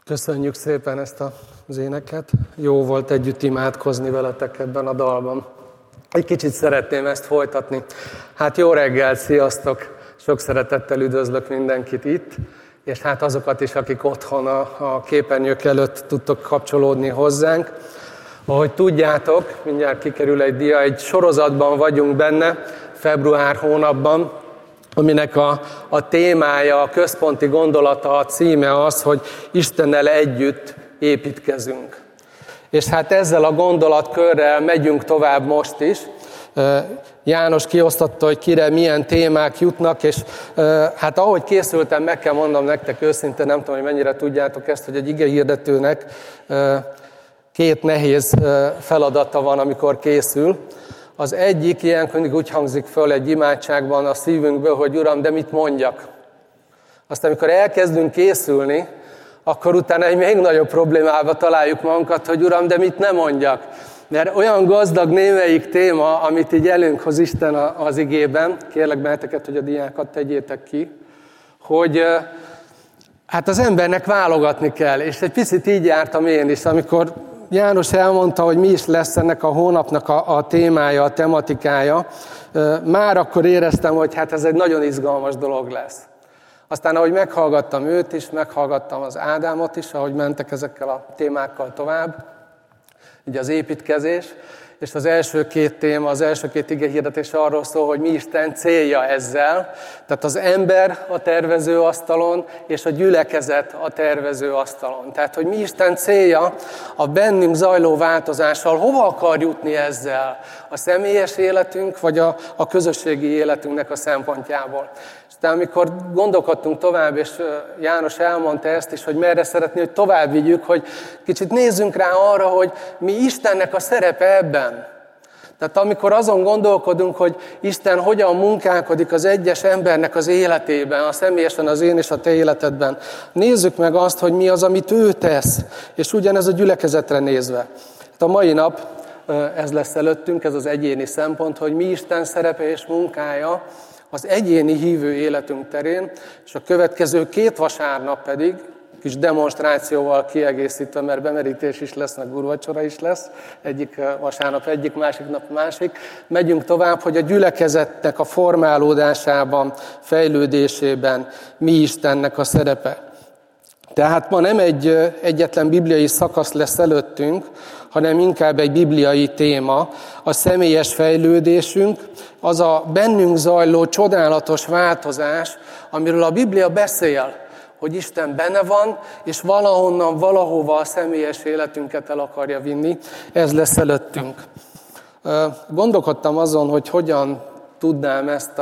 Köszönjük szépen ezt az éneket. Jó volt együtt imádkozni veletek ebben a dalban. Egy kicsit szeretném ezt folytatni. Hát jó reggel, sziasztok! Sok szeretettel üdvözlök mindenkit itt, és hát azokat is, akik otthon a képernyők előtt tudtok kapcsolódni hozzánk. Ahogy tudjátok, mindjárt kikerül egy dia, egy sorozatban vagyunk benne, február hónapban, aminek a témája, a központi gondolata, a címe az, hogy Istennel együtt építkezünk. És hát ezzel a gondolatkörrel megyünk tovább most is. János kiosztotta, hogy kire milyen témák jutnak, és hát ahogy készültem, meg kell mondanom nektek őszintén, nem tudom, hogy mennyire tudjátok ezt, hogy egy igehirdetőnek két nehéz feladata van, amikor készül. Az egyik, ilyenkor mindig úgy hangzik föl egy imádságban a szívünkből, hogy Uram, de mit mondjak? Aztán, amikor elkezdünk készülni, akkor utána egy még nagyobb problémába találjuk magunkat, hogy Uram, de mit ne mondjak? Mert olyan gazdag némelyik téma, amit így elünk hoz Isten az igében, kérlek benneteket, hogy a diákat tegyétek ki, hogy hát az embernek válogatni kell, és egy picit így jártam én is, amikor János elmondta, hogy mi is lesz ennek a hónapnak a témája, a tematikája, már akkor éreztem, hogy hát ez egy nagyon izgalmas dolog lesz. Aztán, ahogy meghallgattam őt is, meghallgattam az Ádámot is, ahogy mentek ezekkel a témákkal tovább, így az építkezés, és az első két téma, az első két igehirdetés arról szól, hogy mi Isten célja ezzel. Tehát az ember a tervezőasztalon, és a gyülekezet a tervezőasztalon. Tehát, hogy mi Isten célja a bennünk zajló változással, hova akar jutni ezzel? A személyes életünk, vagy a közösségi életünknek a szempontjából. De amikor gondolkodtunk tovább, és János elmondta ezt is, hogy merre szeretné, hogy tovább vigyük, hogy kicsit nézzünk rá arra, hogy mi Istennek a szerepe ebben. Tehát amikor azon gondolkodunk, hogy Isten hogyan munkálkodik az egyes embernek az életében, a személyesen az én és a te életedben, nézzük meg azt, hogy mi az, amit ő tesz, és ugyanez a gyülekezetre nézve. Hát a mai nap ez lesz előttünk, ez az egyéni szempont, hogy mi Isten szerepe és munkája az egyéni hívő életünk terén, és a következő két vasárnap pedig, kis demonstrációval kiegészítve, mert bemerítés is lesz, meg úrvacsora is lesz, egyik vasárnap egyik, másik nap másik, megyünk tovább, hogy a gyülekezetnek a formálódásában, fejlődésében mi Istennek a szerepe. Tehát ma nem egyetlen bibliai szakasz lesz előttünk, hanem inkább egy bibliai téma, a személyes fejlődésünk, az a bennünk zajló csodálatos változás, amiről a Biblia beszél, hogy Isten benne van, és valahonnan, valahova a személyes életünket el akarja vinni, ez lesz előttünk. Gondolkodtam azon, hogy hogyan tudnám ezt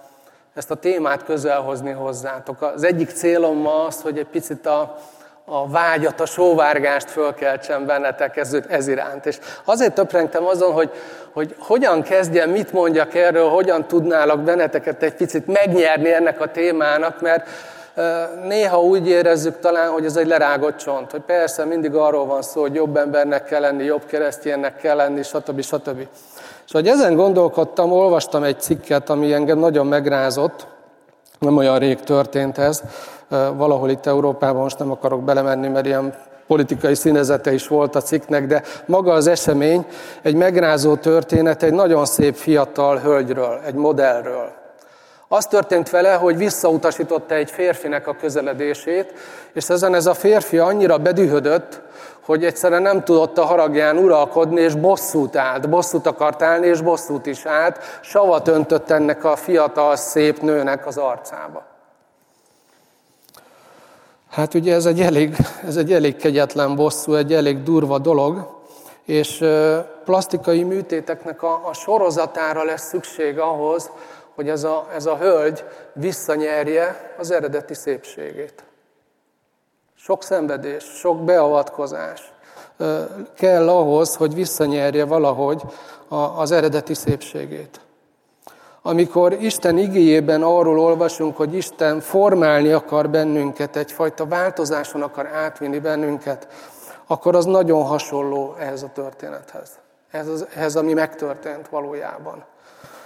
a témát közelhozni hozzátok. Az egyik célom ma az, hogy egy picit a vágyat, a sóvárgást fölkeltsem bennetek ez iránt. És azért töprengtem azon, hogy hogyan kezdjem, mit mondjak erről, hogyan tudnálak benneteket egy picit megnyerni ennek a témának, mert néha úgy érezzük talán, hogy ez egy lerágott csont, hogy persze mindig arról van szó, hogy jobb embernek kell lenni, jobb kereszténynek kell lenni, stb. És hogy ezen gondolkodtam, olvastam egy cikket, ami engem nagyon megrázott, nem olyan rég történt ez, valahol itt Európában, most nem akarok belemenni, mert ilyen politikai színezete is volt a cikknek, de maga az esemény egy megrázó történet egy nagyon szép fiatal hölgyről, egy modellről. Az történt vele, hogy visszautasította egy férfinek a közeledését, és ezen ez a férfi annyira bedühödött, hogy egyszerűen nem tudott a haragján uralkodni, és bosszút állt. Bosszút akart állni, és bosszút is állt. Savat öntött ennek a fiatal, szép nőnek az arcába. Hát ugye ez egy elég kegyetlen bosszú, egy elég durva dolog, és plasztikai műtéteknek a sorozatára lesz szükség ahhoz, hogy ez a hölgy visszanyerje az eredeti szépségét. Sok szenvedés, sok beavatkozás kell ahhoz, hogy visszanyerje valahogy az eredeti szépségét. Amikor Isten igéjében arról olvasunk, hogy Isten formálni akar bennünket, egyfajta változáson akar átvinni bennünket, akkor az nagyon hasonló ehhez a történethez. Ehhez, ami megtörtént valójában.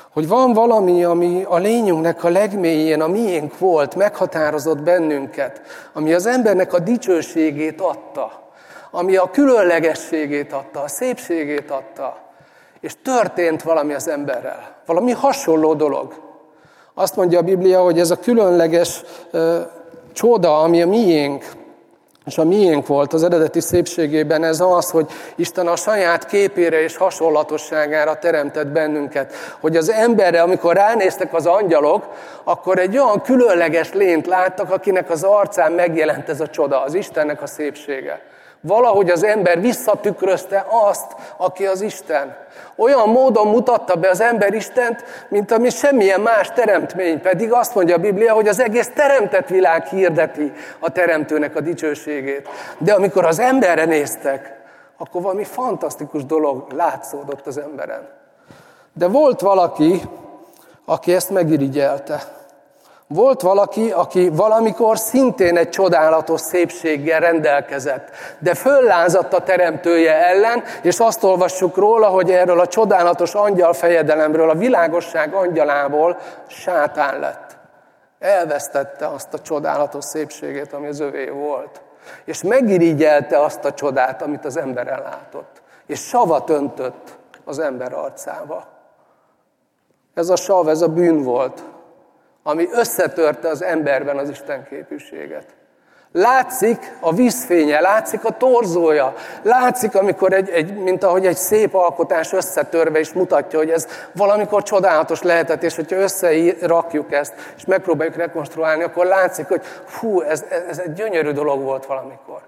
Hogy van valami, ami a lényünknek a legmélyén, a miénk volt, meghatározott bennünket, ami az embernek a dicsőségét adta, ami a különlegességét adta, a szépségét adta, és történt valami az emberrel, valami hasonló dolog. Azt mondja a Biblia, hogy ez a különleges csoda, ami a miénk, és a miénk volt az eredeti szépségében, ez az, hogy Isten a saját képére és hasonlatosságára teremtett bennünket. Hogy az emberre, amikor ránéztek az angyalok, akkor egy olyan különleges lényt láttak, akinek az arcán megjelent ez a csoda, az Istennek a szépsége. Valahogy az ember visszatükrözte azt, aki az Isten. Olyan módon mutatta be az ember Istent, mint ami semmilyen más teremtmény. Pedig azt mondja a Biblia, hogy az egész teremtett világ hirdeti a teremtőnek a dicsőségét. De amikor az emberre néztek, akkor valami fantasztikus dolog látszódott az emberen. De volt valaki, aki ezt megirigyelte. Volt valaki, aki valamikor szintén egy csodálatos szépséggel rendelkezett, de föllázadt a teremtője ellen, és azt olvassuk róla, hogy erről a csodálatos angyalfejedelemről, a világosság angyalából sátán lett. Elvesztette azt a csodálatos szépségét, ami az övé volt. És megirigyelte azt a csodát, amit az ember ellátott. És savat öntött az ember arcába. Ez a sav, ez a bűn volt, ami összetörte az emberben az Isten képűséget. Látszik a vízfénye, látszik a torzója, látszik, amikor mint ahogy egy szép alkotás összetörve is mutatja, hogy ez valamikor csodálatos lehetett, és hogyha összerakjuk ezt, és megpróbáljuk rekonstruálni, akkor látszik, hogy ez egy gyönyörű dolog volt valamikor.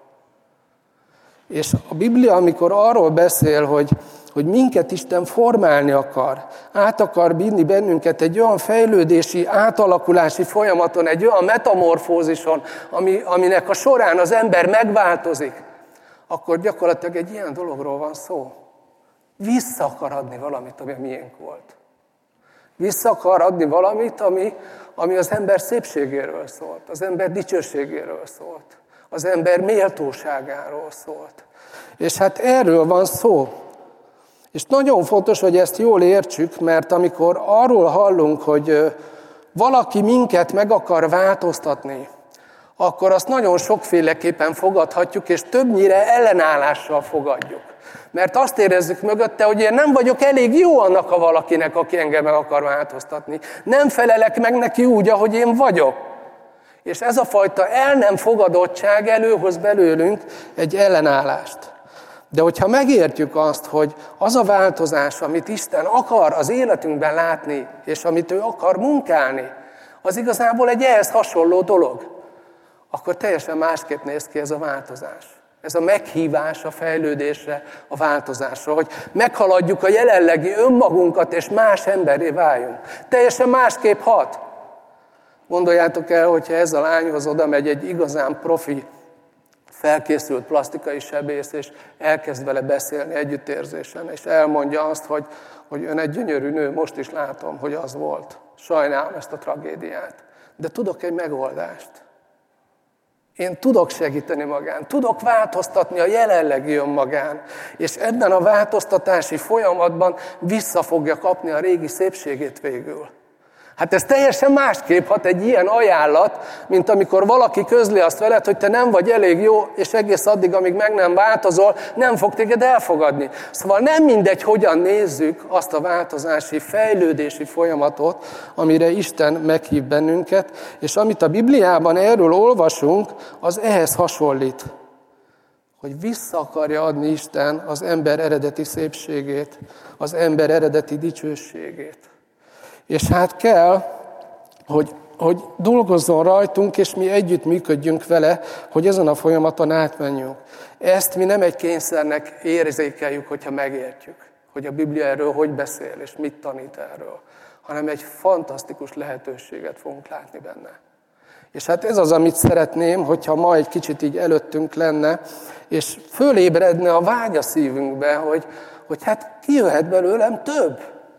És a Biblia, amikor arról beszél, hogy minket Isten formálni akar, át akar vinni bennünket egy olyan fejlődési, átalakulási folyamaton, egy olyan metamorfózison, aminek a során az ember megváltozik, akkor gyakorlatilag egy ilyen dologról van szó. Vissza akar adni valamit, ami miénk volt. Vissza akar adni valamit, ami az ember szépségéről szólt, az ember dicsőségéről szólt, az ember méltóságáról szólt. És hát erről van szó. És nagyon fontos, hogy ezt jól értsük, mert amikor arról hallunk, hogy valaki minket meg akar változtatni, akkor azt nagyon sokféleképpen fogadhatjuk, és többnyire ellenállással fogadjuk. Mert azt érezzük mögötte, hogy én nem vagyok elég jó annak a valakinek, aki engem meg akar változtatni. Nem felelek meg neki úgy, ahogy én vagyok. És ez a fajta el nem fogadottság előhoz belőlünk egy ellenállást. De hogyha megértjük azt, hogy az a változás, amit Isten akar az életünkben látni, és amit ő akar munkálni, az igazából egy ehhez hasonló dolog, akkor teljesen másképp néz ki ez a változás. Ez a meghívás a fejlődésre, a változásra, hogy meghaladjuk a jelenlegi önmagunkat, és más emberré váljunk. Teljesen másképp hat. Gondoljátok el, hogyha ez a lányhoz oda megy egy igazán profi, felkészült plastikai sebész, és elkezd vele beszélni együttérzésen, és elmondja azt, hogy ön egy gyönyörű nő, most is látom, hogy az volt. Sajnálom ezt a tragédiát. De tudok egy megoldást. Én tudok segíteni magán, tudok változtatni a jelenlegi önmagán, és ebben a változtatási folyamatban vissza fogja kapni a régi szépségét végül. Hát ez teljesen másképp hat egy ilyen ajánlat, mint amikor valaki közli azt veled, hogy te nem vagy elég jó, és egész addig, amíg meg nem változol, nem fog téged elfogadni. Szóval nem mindegy, hogyan nézzük azt a változási, fejlődési folyamatot, amire Isten meghív bennünket, és amit a Bibliában erről olvasunk, az ehhez hasonlít. Hogy vissza akarja adni Isten az ember eredeti szépségét, az ember eredeti dicsőségét. És hát kell, hogy dolgozzon rajtunk, és mi együtt működjünk vele, hogy ezen a folyamaton átmenjünk. Ezt mi nem egy kényszernek érzékeljük, hogyha megértjük, hogy a Biblia erről hogy beszél, és mit tanít erről, hanem egy fantasztikus lehetőséget fogunk látni benne. És hát ez az, amit szeretném, hogyha ma egy kicsit így előttünk lenne, és fölébredne a vágy a szívünkbe, hogy hát kijöhet belőlem több.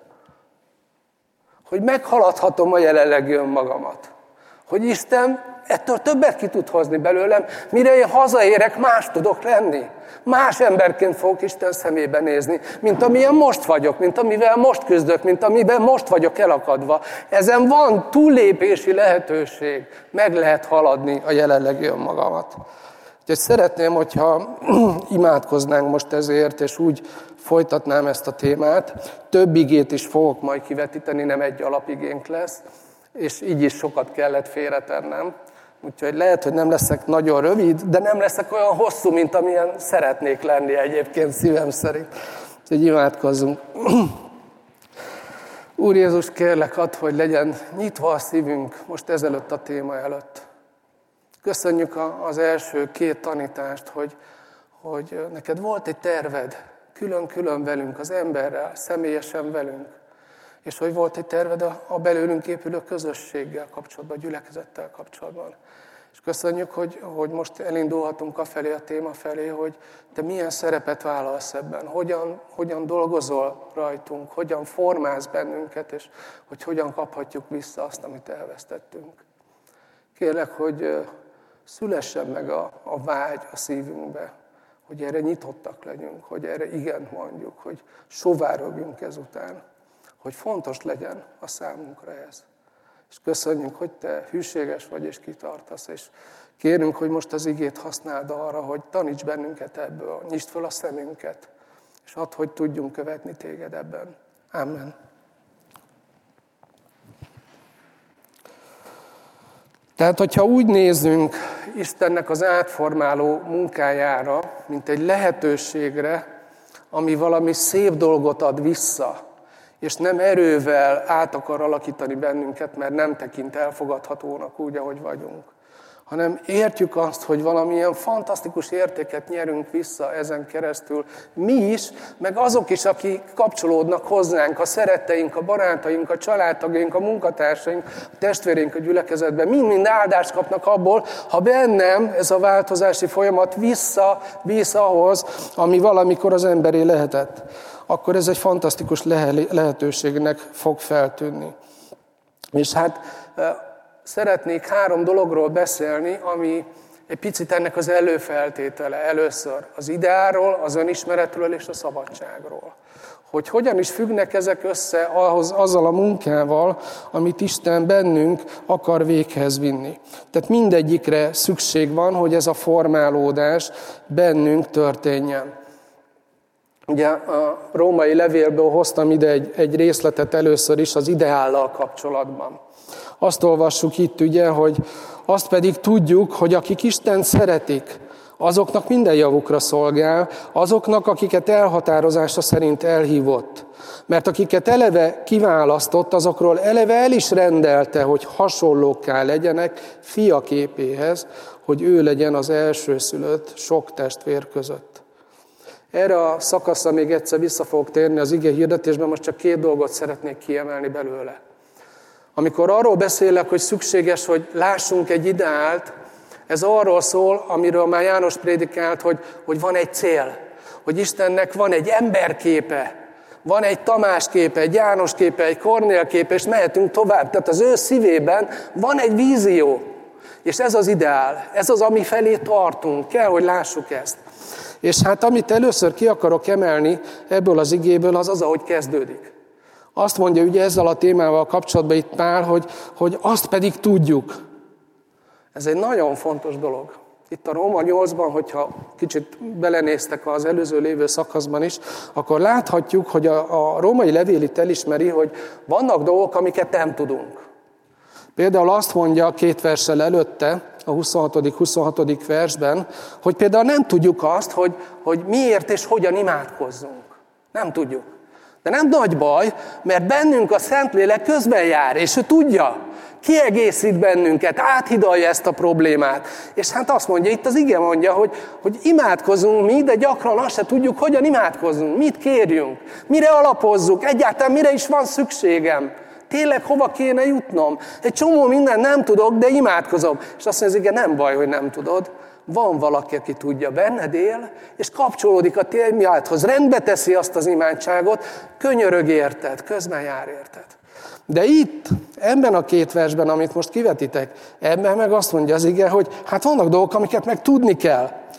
Hogy meghaladhatom a jelenlegi önmagamat. Hogy Isten ettől többet ki tud hozni belőlem, mire én hazaérek, más tudok lenni. Más emberként fogok Isten szemébe nézni, mint amilyen most vagyok, mint amivel most küzdök, mint amiben most vagyok elakadva. Ezen van túllépési lehetőség, meg lehet haladni a jelenlegi önmagamat. Úgyhogy szeretném, hogyha imádkoznánk most ezért, és úgy folytatnám ezt a témát. Több igét is fogok majd kivetíteni, nem egy alapigénk lesz, és így is sokat kellett félretennem. Úgyhogy lehet, hogy nem leszek nagyon rövid, de nem leszek olyan hosszú, mint amilyen szeretnék lenni egyébként szívem szerint. Úgyhogy imádkozzunk. Úr Jézus, kérlek, add, hogy legyen nyitva a szívünk most ezelőtt a téma előtt. Köszönjük az első 2 tanítást, hogy neked volt egy terved, külön-külön velünk, az emberrel, személyesen velünk, és hogy volt egy terved a belőlünk épülő közösséggel kapcsolatban, a gyülekezettel kapcsolatban. És köszönjük, hogy most elindulhatunk afelé, a téma felé, hogy te milyen szerepet vállalsz ebben, hogyan dolgozol rajtunk, hogyan formálsz bennünket, és hogy hogyan kaphatjuk vissza azt, amit elvesztettünk. Kérlek, hogy szülessen meg a vágy a szívünkbe, hogy erre nyitottak legyünk, hogy erre igent mondjuk, hogy sovárogunk ezután, hogy fontos legyen a számunkra ez. És köszönjük, hogy te hűséges vagy és kitartasz, és kérünk, hogy most az igét használd arra, hogy taníts bennünket ebből, nyisd fel a szemünket, és add, hogy tudjunk követni téged ebben. Amen. Tehát, hogyha úgy nézzünk Istennek az átformáló munkájára, mint egy lehetőségre, ami valami szép dolgot ad vissza, és nem erővel át akar alakítani bennünket, mert nem tekint elfogadhatónak úgy, ahogy vagyunk, hanem értjük azt, hogy valamilyen fantasztikus értéket nyerünk vissza ezen keresztül mi is, meg azok is, akik kapcsolódnak hozzánk, a szeretteink, a barátaink, a családtagjaink, a munkatársaink, a testvéreink a gyülekezetben, mind-mind áldást kapnak abból, ha bennem ez a változási folyamat visszavisz ahhoz, ami valamikor az emberé lehetett. Akkor ez egy fantasztikus lehetőségnek fog feltűnni. És hát szeretnék 3 dologról beszélni, ami egy picit ennek az előfeltétele. Először az ideáról, az önismeretről és a szabadságról. Hogy hogyan is függnek ezek össze azzal a munkával, amit Isten bennünk akar véghez vinni. Tehát mindegyikre szükség van, hogy ez a formálódás bennünk történjen. Ugye a római levélből hoztam ide egy részletet először is az ideállal kapcsolatban. Azt olvassuk itt ugye, hogy azt pedig tudjuk, hogy akik Istent szeretik, azoknak minden javukra szolgál, azoknak, akiket elhatározása szerint elhívott. Mert akiket eleve kiválasztott, azokról eleve el is rendelte, hogy hasonlókká legyenek fia képéhez, hogy ő legyen az elsőszülött sok testvér között. Erre a szakaszra még egyszer vissza fogok térni az ige hirdetésben, most csak 2 dolgot szeretnék kiemelni belőle. Amikor arról beszélek, hogy szükséges, hogy lássunk egy ideált, ez arról szól, amiről már János prédikált, hogy van egy cél, hogy Istennek van egy emberképe, van egy Tamás képe, egy János képe, egy Kornél képe, és mehetünk tovább. Tehát az ő szívében van egy vízió, és ez az ideál, ez az, ami felé tartunk, kell, hogy lássuk ezt. És hát amit először ki akarok emelni ebből az igéből, az ahogy kezdődik. Azt mondja ugye ezzel a témával kapcsolatban itt Pál, hogy azt pedig tudjuk. Ez egy nagyon fontos dolog. Itt a Róma 8-ban, hogyha kicsit belenéztek az előző lévő szakaszban is, akkor láthatjuk, hogy a római levél itt elismeri, hogy vannak dolgok, amiket nem tudunk. Például azt mondja 2 verssel előtte, a 26. versben, hogy például nem tudjuk azt, hogy miért és hogyan imádkozzunk. Nem tudjuk. De nem nagy baj, mert bennünk a Szentlélek közben jár, és ő tudja, kiegészít bennünket, áthidalja ezt a problémát. És hát azt mondja, itt az ige mondja, hogy imádkozunk mi, de gyakran azt se tudjuk, hogyan imádkozzunk, mit kérjünk, mire alapozzuk, egyáltalán mire is van szükségem. Tényleg hova kéne jutnom? Egy csomó mindent nem tudok, de imádkozom. És azt mondja, igen, nem baj, hogy nem tudod. Van valaki, aki tudja, benned él, és kapcsolódik a te imádhoz. Rendbe teszi azt az imádságot, könyörög érted, közben jár érted. De itt, ebben a 2 versben, amit most kivetitek, ebben meg azt mondja az ige, hogy hát vannak dolgok, amiket meg tudni kell.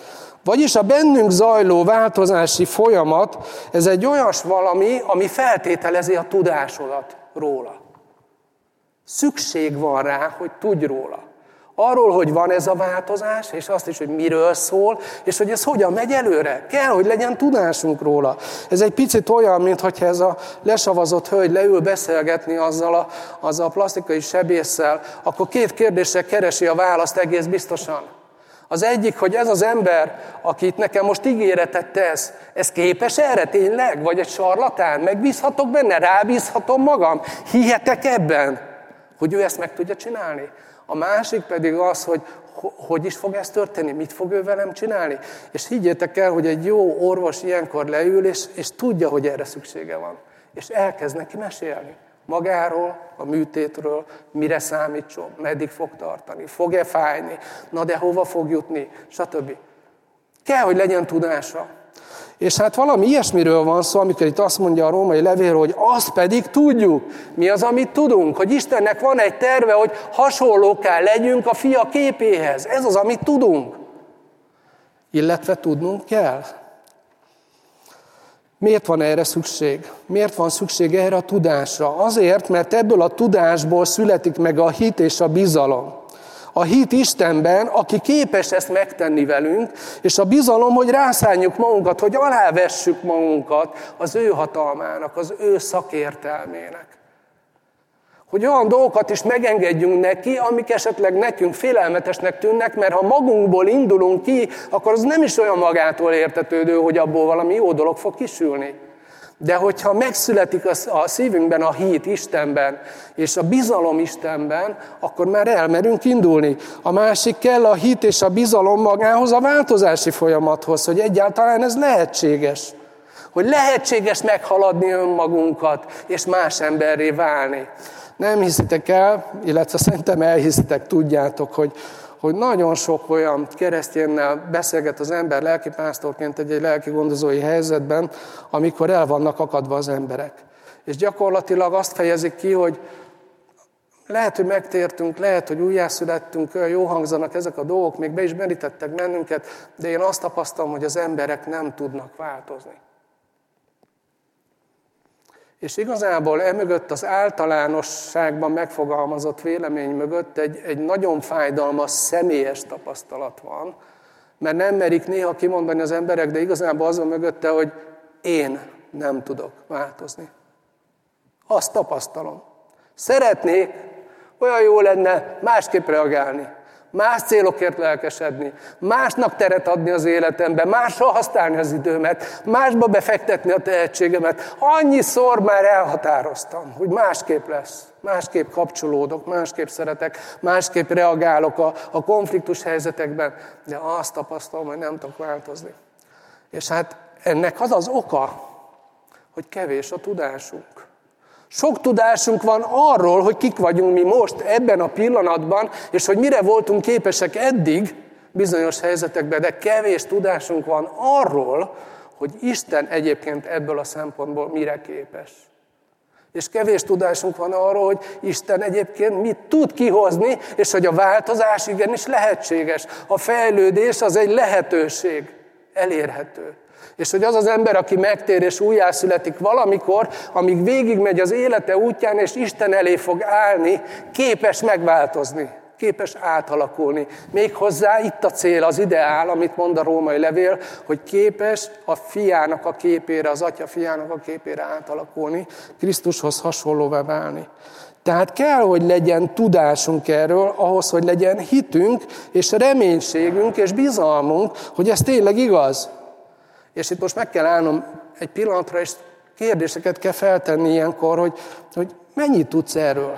Vagyis a bennünk zajló változási folyamat, ez egy olyas valami, ami feltételezi a tudásodat róla. Szükség van rá, hogy tudj róla. Arról, hogy van ez a változás, és azt is, hogy miről szól, és hogy ez hogyan megy előre. Kell, hogy legyen tudásunk róla. Ez egy picit olyan, mintha ez a lesavazott hölgy leül beszélgetni azzal a plastikai sebésszel, akkor 2 kérdésre keresi a választ egész biztosan. Az egyik, hogy ez az ember, akit nekem most ígéretet tesz, ez képes erre tényleg? Vagy egy sarlatán? Megbízhatok benne? Rábízhatom magam? Hihetek ebben, hogy ő ezt meg tudja csinálni? A másik pedig az, hogy is fog ez történni, mit fog ő velem csinálni. És higgyétek el, hogy egy jó orvos ilyenkor leül, és tudja, hogy erre szüksége van. És elkezd neki mesélni. Magáról, a műtétről, mire számítson, meddig fog tartani, fog-e fájni, na de hova fog jutni, stb. Kell, hogy legyen tudása. És hát valami ilyesmiről van szó, amikor itt azt mondja a római levél, hogy azt pedig tudjuk. Mi az, amit tudunk? Hogy Istennek van egy terve, hogy hasonlókká legyünk a fia képéhez. Ez az, amit tudunk. Illetve tudnunk kell. Miért van erre szükség? Miért van szükség erre a tudásra? Azért, mert ebből a tudásból születik meg a hit és a bizalom. A hit Istenben, aki képes ezt megtenni velünk, és a bizalom, hogy rászánjuk magunkat, hogy alávessük magunkat az ő hatalmának, az ő szakértelmének. Hogy olyan dolgokat is megengedjünk neki, amik esetleg nekünk félelmetesnek tűnnek, mert ha magunkból indulunk ki, akkor az nem is olyan magától értetődő, hogy abból valami jó dolog fog kisülni. De hogyha megszületik a szívünkben a hit Istenben, és a bizalom Istenben, akkor már elmerünk indulni. A másik kell a hit és a bizalom magához, a változási folyamathoz, hogy egyáltalán ez lehetséges. Hogy lehetséges meghaladni önmagunkat, és más emberré válni. Nem hiszitek el, illetve szerintem elhiszitek, tudjátok, hogy nagyon sok olyan keresztjénnel beszélget az ember lelkipásztorként egy lelki gondozói helyzetben, amikor el vannak akadva az emberek. És gyakorlatilag azt fejezik ki, hogy lehet, hogy megtértünk, lehet, hogy újjászülettünk, olyan jó hangzanak ezek a dolgok, még be is merítettek bennünket, de én azt tapasztalom, hogy az emberek nem tudnak változni. És igazából emögött az általánosságban megfogalmazott vélemény mögött egy nagyon fájdalmas, személyes tapasztalat van, mert nem merik néha kimondani az emberek, de igazából az van mögötte, hogy én nem tudok változni. Azt tapasztalom. Szeretnék, olyan jó lenne másképp reagálni, más célokért lelkesedni, másnak teret adni az életembe, másra használni az időmet, másba befektetni a tehetségemet. Annyiszor már elhatároztam, hogy másképp lesz, másképp kapcsolódok, másképp szeretek, másképp reagálok a konfliktus helyzetekben, de azt tapasztalom, hogy nem tudok változni. És hát ennek az az oka, hogy kevés a tudásunk. Sok tudásunk van arról, hogy kik vagyunk mi most, ebben a pillanatban, és hogy mire voltunk képesek eddig bizonyos helyzetekben, de kevés tudásunk van arról, hogy Isten egyébként ebből a szempontból mire képes. És kevés tudásunk van arról, hogy Isten egyébként mit tud kihozni, és hogy a változás igenis lehetséges. A fejlődés az egy lehetőség, elérhető. És hogy az az ember, aki megtér és újjászületik valamikor, amíg végigmegy az élete útján, és Isten elé fog állni, képes megváltozni, képes átalakulni. Méghozzá itt a cél, az ideál, amit mond a római levél, hogy képes a fiának a képére, az atya fiának a képére átalakulni, Krisztushoz hasonlóvá válni. Tehát kell, hogy legyen tudásunk erről, ahhoz, hogy legyen hitünk, és reménységünk, és bizalmunk, hogy ez tényleg igaz. És itt most meg kell állnom egy pillanatra, és kérdéseket kell feltenni ilyenkor, hogy mennyit tudsz erről?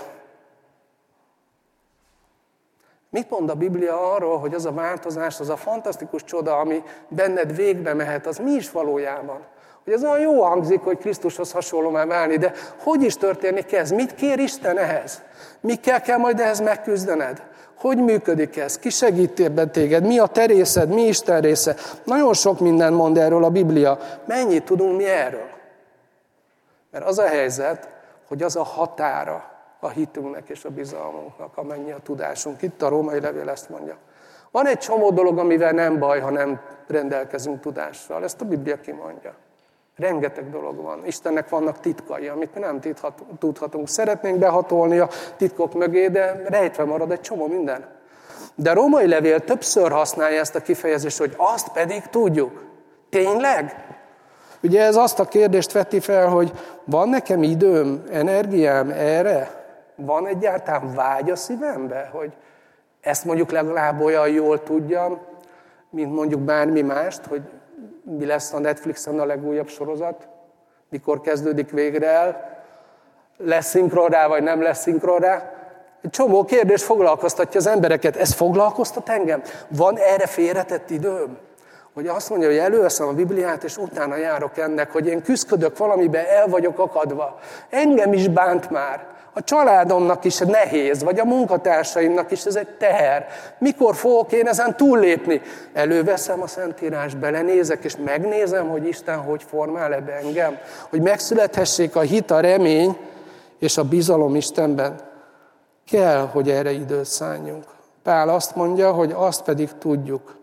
Mit mond a Biblia arról, hogy az a változás, az a fantasztikus csoda, ami benned végbe mehet, az mi is valójában? Hogy ez olyan jó hangzik, hogy Krisztushoz hasonlóvá válni, de hogy is történik ez? Mit kér Isten ehhez? Mikkel kell majd ehhez megküzdened? Hogy működik ez? Ki segít ebben téged? Mi a te részed? Mi Isten része? Nagyon sok minden mond erről a Biblia. Mennyit tudunk mi erről? Mert az a helyzet, hogy az a határa a hitünknek és a bizalmunknak, amennyi a tudásunk. Itt a római levél ezt mondja. Van egy csomó dolog, amivel nem baj, ha nem rendelkezünk tudással. Ezt a Biblia kimondja. Rengeteg dolog van. Istennek vannak titkai, amit mi nem tudhatunk. Szeretnénk behatolni a titkok mögé, de rejtve marad egy csomó minden. De a római levél többször használja ezt a kifejezést, hogy azt pedig tudjuk. Tényleg? Ugye ez azt a kérdést veti fel, hogy van nekem időm, energiám erre? Van egyáltalán vágy a szívembe, hogy ezt mondjuk legalább olyan jól tudjam, mint mondjuk bármi mást, hogy mi lesz a Netflixen a legújabb sorozat, mikor kezdődik végre el, lesz szinkron rá, vagy nem lesz szinkron rá. Egy csomó kérdés foglalkoztatja az embereket. Ez foglalkoztat engem? Van erre félretett időm? Hogy azt mondja, hogy előveszem a Bibliát, és utána járok ennek, hogy én küszködök valamiben, el vagyok akadva. Engem is bánt már. A családomnak is nehéz, vagy a munkatársaimnak is ez egy teher. Mikor fogok én ezen túllépni? Előveszem a Szentírás, belenézek, és megnézem, hogy Isten hogy formál ebbe engem. Hogy megszülethessék a hit, a remény és a bizalom Istenben. Kell, hogy erre időt szálljunk. Pál azt mondja, hogy azt pedig tudjuk.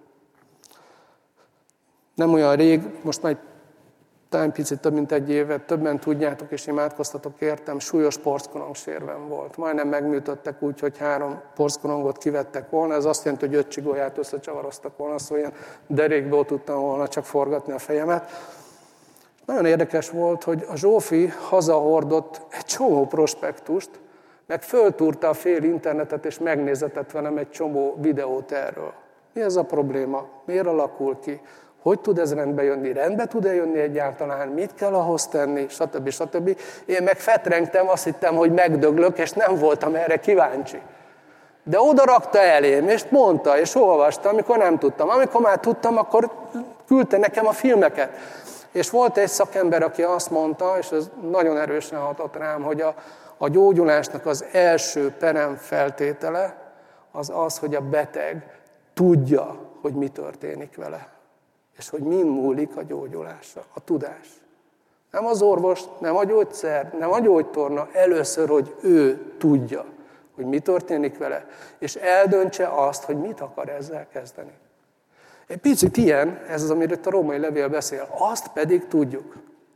Nem olyan rég, most már talán picit több mint egy évet, többen tudjátok és imádkoztatok értem, súlyos porckorongsérvem volt. Majdnem megműtöttek úgy, hogy 3 porckorongot kivettek volna, ez azt jelenti, hogy 5 csigolyát összecsavaroztak volna, szóval ilyen derékból tudtam volna csak forgatni a fejemet. Nagyon érdekes volt, hogy a Zsófi hazahordott egy csomó prospektust, meg föltúrta a fél internetet, és megnézetett velem egy csomó videót erről. Mi ez a probléma? Miért alakul ki? Hogy tud ez rendbe jönni? Rendbe tud-e jönni egyáltalán? Mit kell ahhoz tenni? Stb. Stb. Én meg fetrengtem, azt hittem, hogy megdöglök, és nem voltam erre kíváncsi. De oda rakta elém, és mondta, és olvastam, amikor nem tudtam. Amikor már tudtam, akkor küldte nekem a filmeket. És volt egy szakember, aki azt mondta, és ez nagyon erősen hatott rám, hogy a gyógyulásnak az első peremfeltétele az az, hogy a beteg tudja, hogy mi történik vele. És hogy min múlik a gyógyulása, a tudás. Nem az orvos, nem a gyógyszer, nem a gyógytorna, először, hogy ő tudja, hogy mi történik vele, és eldöntse azt, hogy mit akar ezzel kezdeni. Egy picit ilyen, ez az, amiről a római levél beszél, azt pedig tudjuk.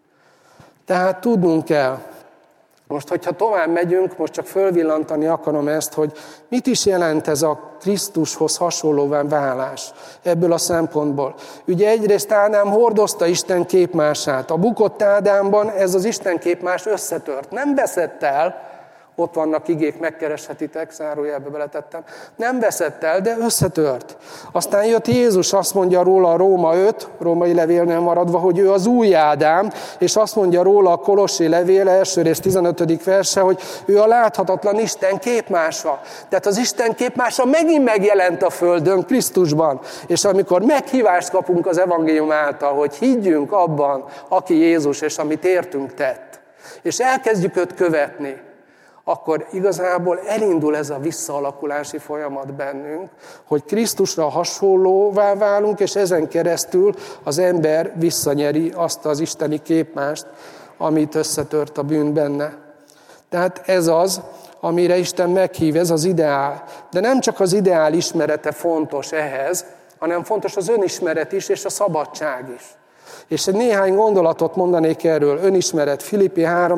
Tehát tudnunk kell. Most, hogyha tovább megyünk, most csak fölvillantani akarom ezt, hogy mit is jelent ez a Krisztushoz hasonlóvá válás ebből a szempontból. Ugye egyrészt Ádám hordozta Isten képmását. A bukott Ádámban ez az Isten képmás összetört. Nem veszett el, ott vannak igék, megkereshetitek, zárójelbe beletettem. Nem veszett el, de összetört. Aztán jött Jézus, azt mondja róla a Róma 5, római levélnél maradva, hogy ő az új Ádám, és azt mondja róla a Kolossi levél, első rész 15. verse, hogy ő a láthatatlan Isten képmása. Tehát az Isten képmása megint megjelent a földön, Krisztusban. És amikor meghívást kapunk az evangélium által, hogy higgyünk abban, aki Jézus, és amit értünk tett, és elkezdjük őt követni, akkor igazából elindul ez a visszaalakulási folyamat bennünk, hogy Krisztusra hasonlóvá válunk, és ezen keresztül az ember visszanyeri azt az isteni képmást, amit összetört a bűn benne. Tehát ez az, amire Isten meghív, ez az ideál. De nem csak az ideál ismerete fontos ehhez, hanem fontos az önismeret is, és a szabadság is. És egy néhány gondolatot mondanék erről. Önismeret, Filippi 3,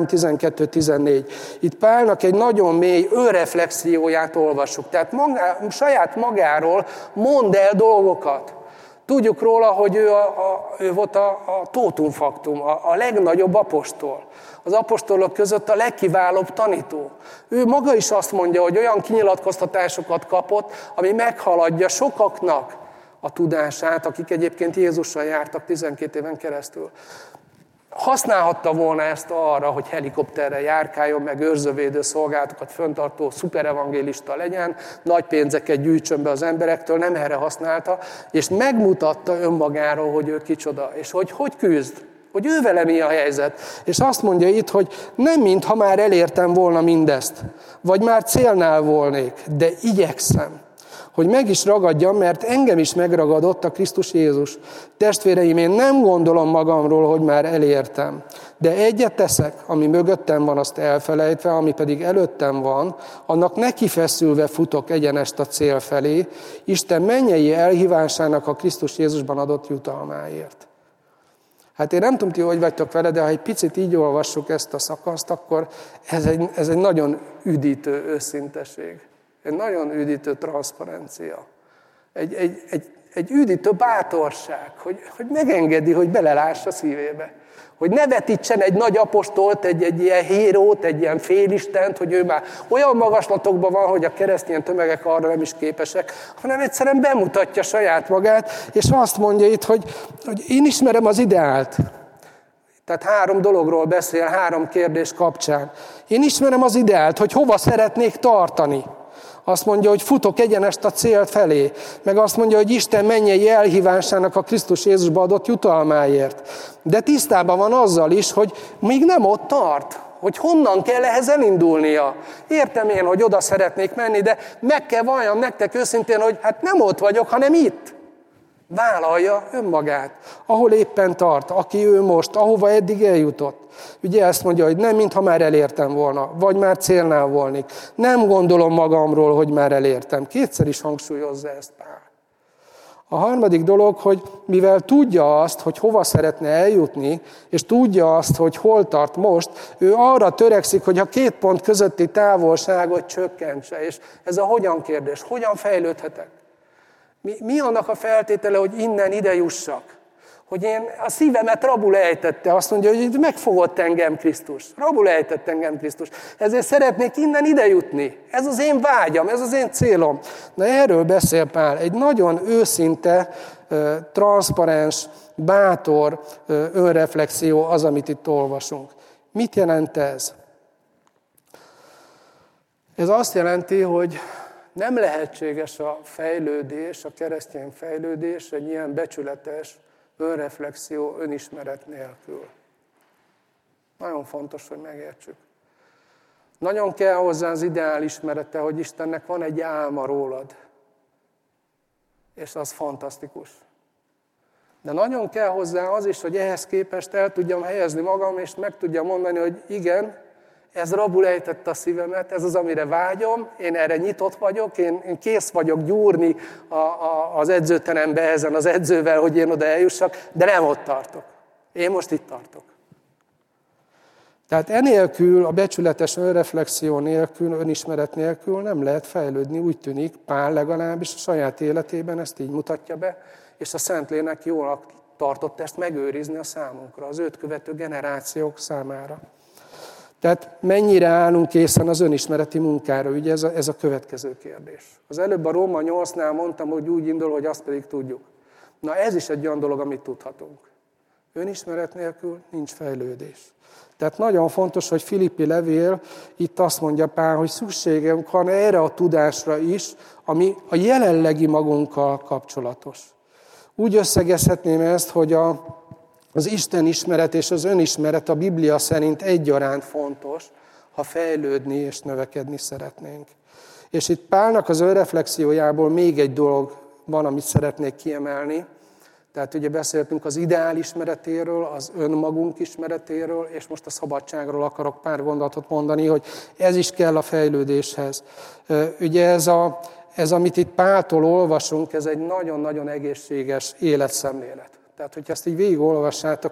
12-14. Itt Pálnak egy nagyon mély önreflexióját olvassuk. Tehát saját magáról mond el dolgokat. Tudjuk róla, hogy ő volt a totum factum, a legnagyobb apostol. Az apostolok között a legkiválóbb tanító. Ő maga is azt mondja, hogy olyan kinyilatkoztatásokat kapott, ami meghaladja sokaknak a tudását, akik egyébként Jézussal jártak 12 éven keresztül. Használhatta volna ezt arra, hogy helikopterrel járkáljon, meg őrzővédő szolgálatokat föntartó szuperevangélista legyen, nagy pénzeket gyűjtsön be az emberektől, nem erre használta, és megmutatta önmagáról, hogy ő kicsoda, és hogy küzd, hogy ő vele mi a helyzet. És azt mondja itt, hogy nem mintha már elértem volna mindezt, vagy már célnál volnék, de igyekszem, hogy meg is ragadjam, mert engem is megragadott a Krisztus Jézus. Testvéreim, én nem gondolom magamról, hogy már elértem, de egyet teszek, ami mögöttem van, azt elfelejtve, ami pedig előttem van, annak nekifeszülve futok egyenest a cél felé, Isten mennyei elhívásának a Krisztus Jézusban adott jutalmáért. Hát én nem tudom, ti hogy vagytok vele, de ha egy picit így olvassuk ezt a szakaszt, akkor ez egy nagyon üdítő őszinteség. Egy nagyon üdítő transzparencia. Egy üdítő bátorság, hogy megengedi, hogy beleláss a szívébe. Hogy ne vetítsen egy nagy apostolt, egy ilyen hérót, egy ilyen félistent, hogy ő már olyan magaslatokban van, hogy a keresztény tömegek arra nem is képesek, hanem egyszerűen bemutatja saját magát, és azt mondja itt, hogy én ismerem az ideált. Tehát 3 dologról beszél, 3 kérdés kapcsán. Én ismerem az ideált, hogy hova szeretnék tartani. Azt mondja, hogy futok egyenest a cél felé. Meg azt mondja, hogy Isten mennyei elhívásának a Krisztus Jézusba adott jutalmáért. De tisztában van azzal is, hogy még nem ott tart. Hogy honnan kell ehhez elindulnia. Értem én, hogy oda szeretnék menni, de meg kell valljam nektek őszintén, hogy hát nem ott vagyok, hanem itt. Vállalja önmagát, ahol éppen tart, aki ő most, ahova eddig eljutott. Ugye ezt mondja, hogy nem, mintha már elértem volna, vagy már célnál volnék. Nem gondolom magamról, hogy már elértem. 2-szer is hangsúlyozza ezt Pál. A 3. dolog, hogy mivel tudja azt, hogy hova szeretne eljutni, és tudja azt, hogy hol tart most, ő arra törekszik, hogy a 2 pont közötti távolságot csökkentse. És ez a hogyan kérdés. Hogyan fejlődhetek? Mi annak a feltétele, hogy innen ide jussak? Hogy én a szívemet rabul ejtette, azt mondja, hogy megfogott engem Krisztus. Rabul ejtett engem Krisztus. Ezért szeretnék innen ide jutni. Ez az én vágyam, ez az én célom. Na erről beszél Pál. Egy nagyon őszinte, transzparens, bátor önreflexió az, amit itt olvasunk. Mit jelent ez? Ez azt jelenti, hogy nem lehetséges a fejlődés, a keresztény fejlődés egy ilyen becsületes önreflexió, önismeret nélkül. Nagyon fontos, hogy megértsük. Nagyon kell hozzá az ideál ismerete, hogy Istennek van egy álma rólad. És az fantasztikus. De nagyon kell hozzá az is, hogy ehhez képest el tudjam helyezni magam, és meg tudjam mondani, hogy igen, ez rabul ejtette a szívemet, ez az, amire vágyom, én erre nyitott vagyok, én kész vagyok gyúrni az edzőterembe ezen az edzővel, hogy én oda eljussak, de nem ott tartok. Én most itt tartok. Tehát enélkül, a becsületes önreflexió nélkül, önismeret nélkül nem lehet fejlődni, úgy tűnik, Pál legalábbis a saját életében ezt így mutatja be, és a Szentlélek jól tartott ezt megőrizni a számunkra, az őt követő generációk számára. Tehát mennyire állunk készen az önismereti munkára, ugye ez a következő kérdés. Az előbb a Róma 8-nál mondtam, hogy úgy indul, hogy azt pedig tudjuk. Na ez is egy olyan dolog, amit tudhatunk. Önismeret nélkül nincs fejlődés. Tehát nagyon fontos, hogy Filippi levél itt azt mondja Pál, hogy szükségünk van erre a tudásra is, ami a jelenlegi magunkkal kapcsolatos. Úgy összegezhetném ezt, hogy az Isten ismeret és az önismeret a Biblia szerint egyaránt fontos, ha fejlődni és növekedni szeretnénk. És itt Pálnak az önreflexiójából még egy dolog van, amit szeretnék kiemelni. Tehát ugye beszéltünk az ideál ismeretéről, az önmagunk ismeretéről, és most a szabadságról akarok pár gondolatot mondani, hogy ez is kell a fejlődéshez. Ugye ez amit itt Páltól olvasunk, ez egy nagyon-nagyon egészséges életszemlélet. Tehát, hogyha ezt így végigolvassátok,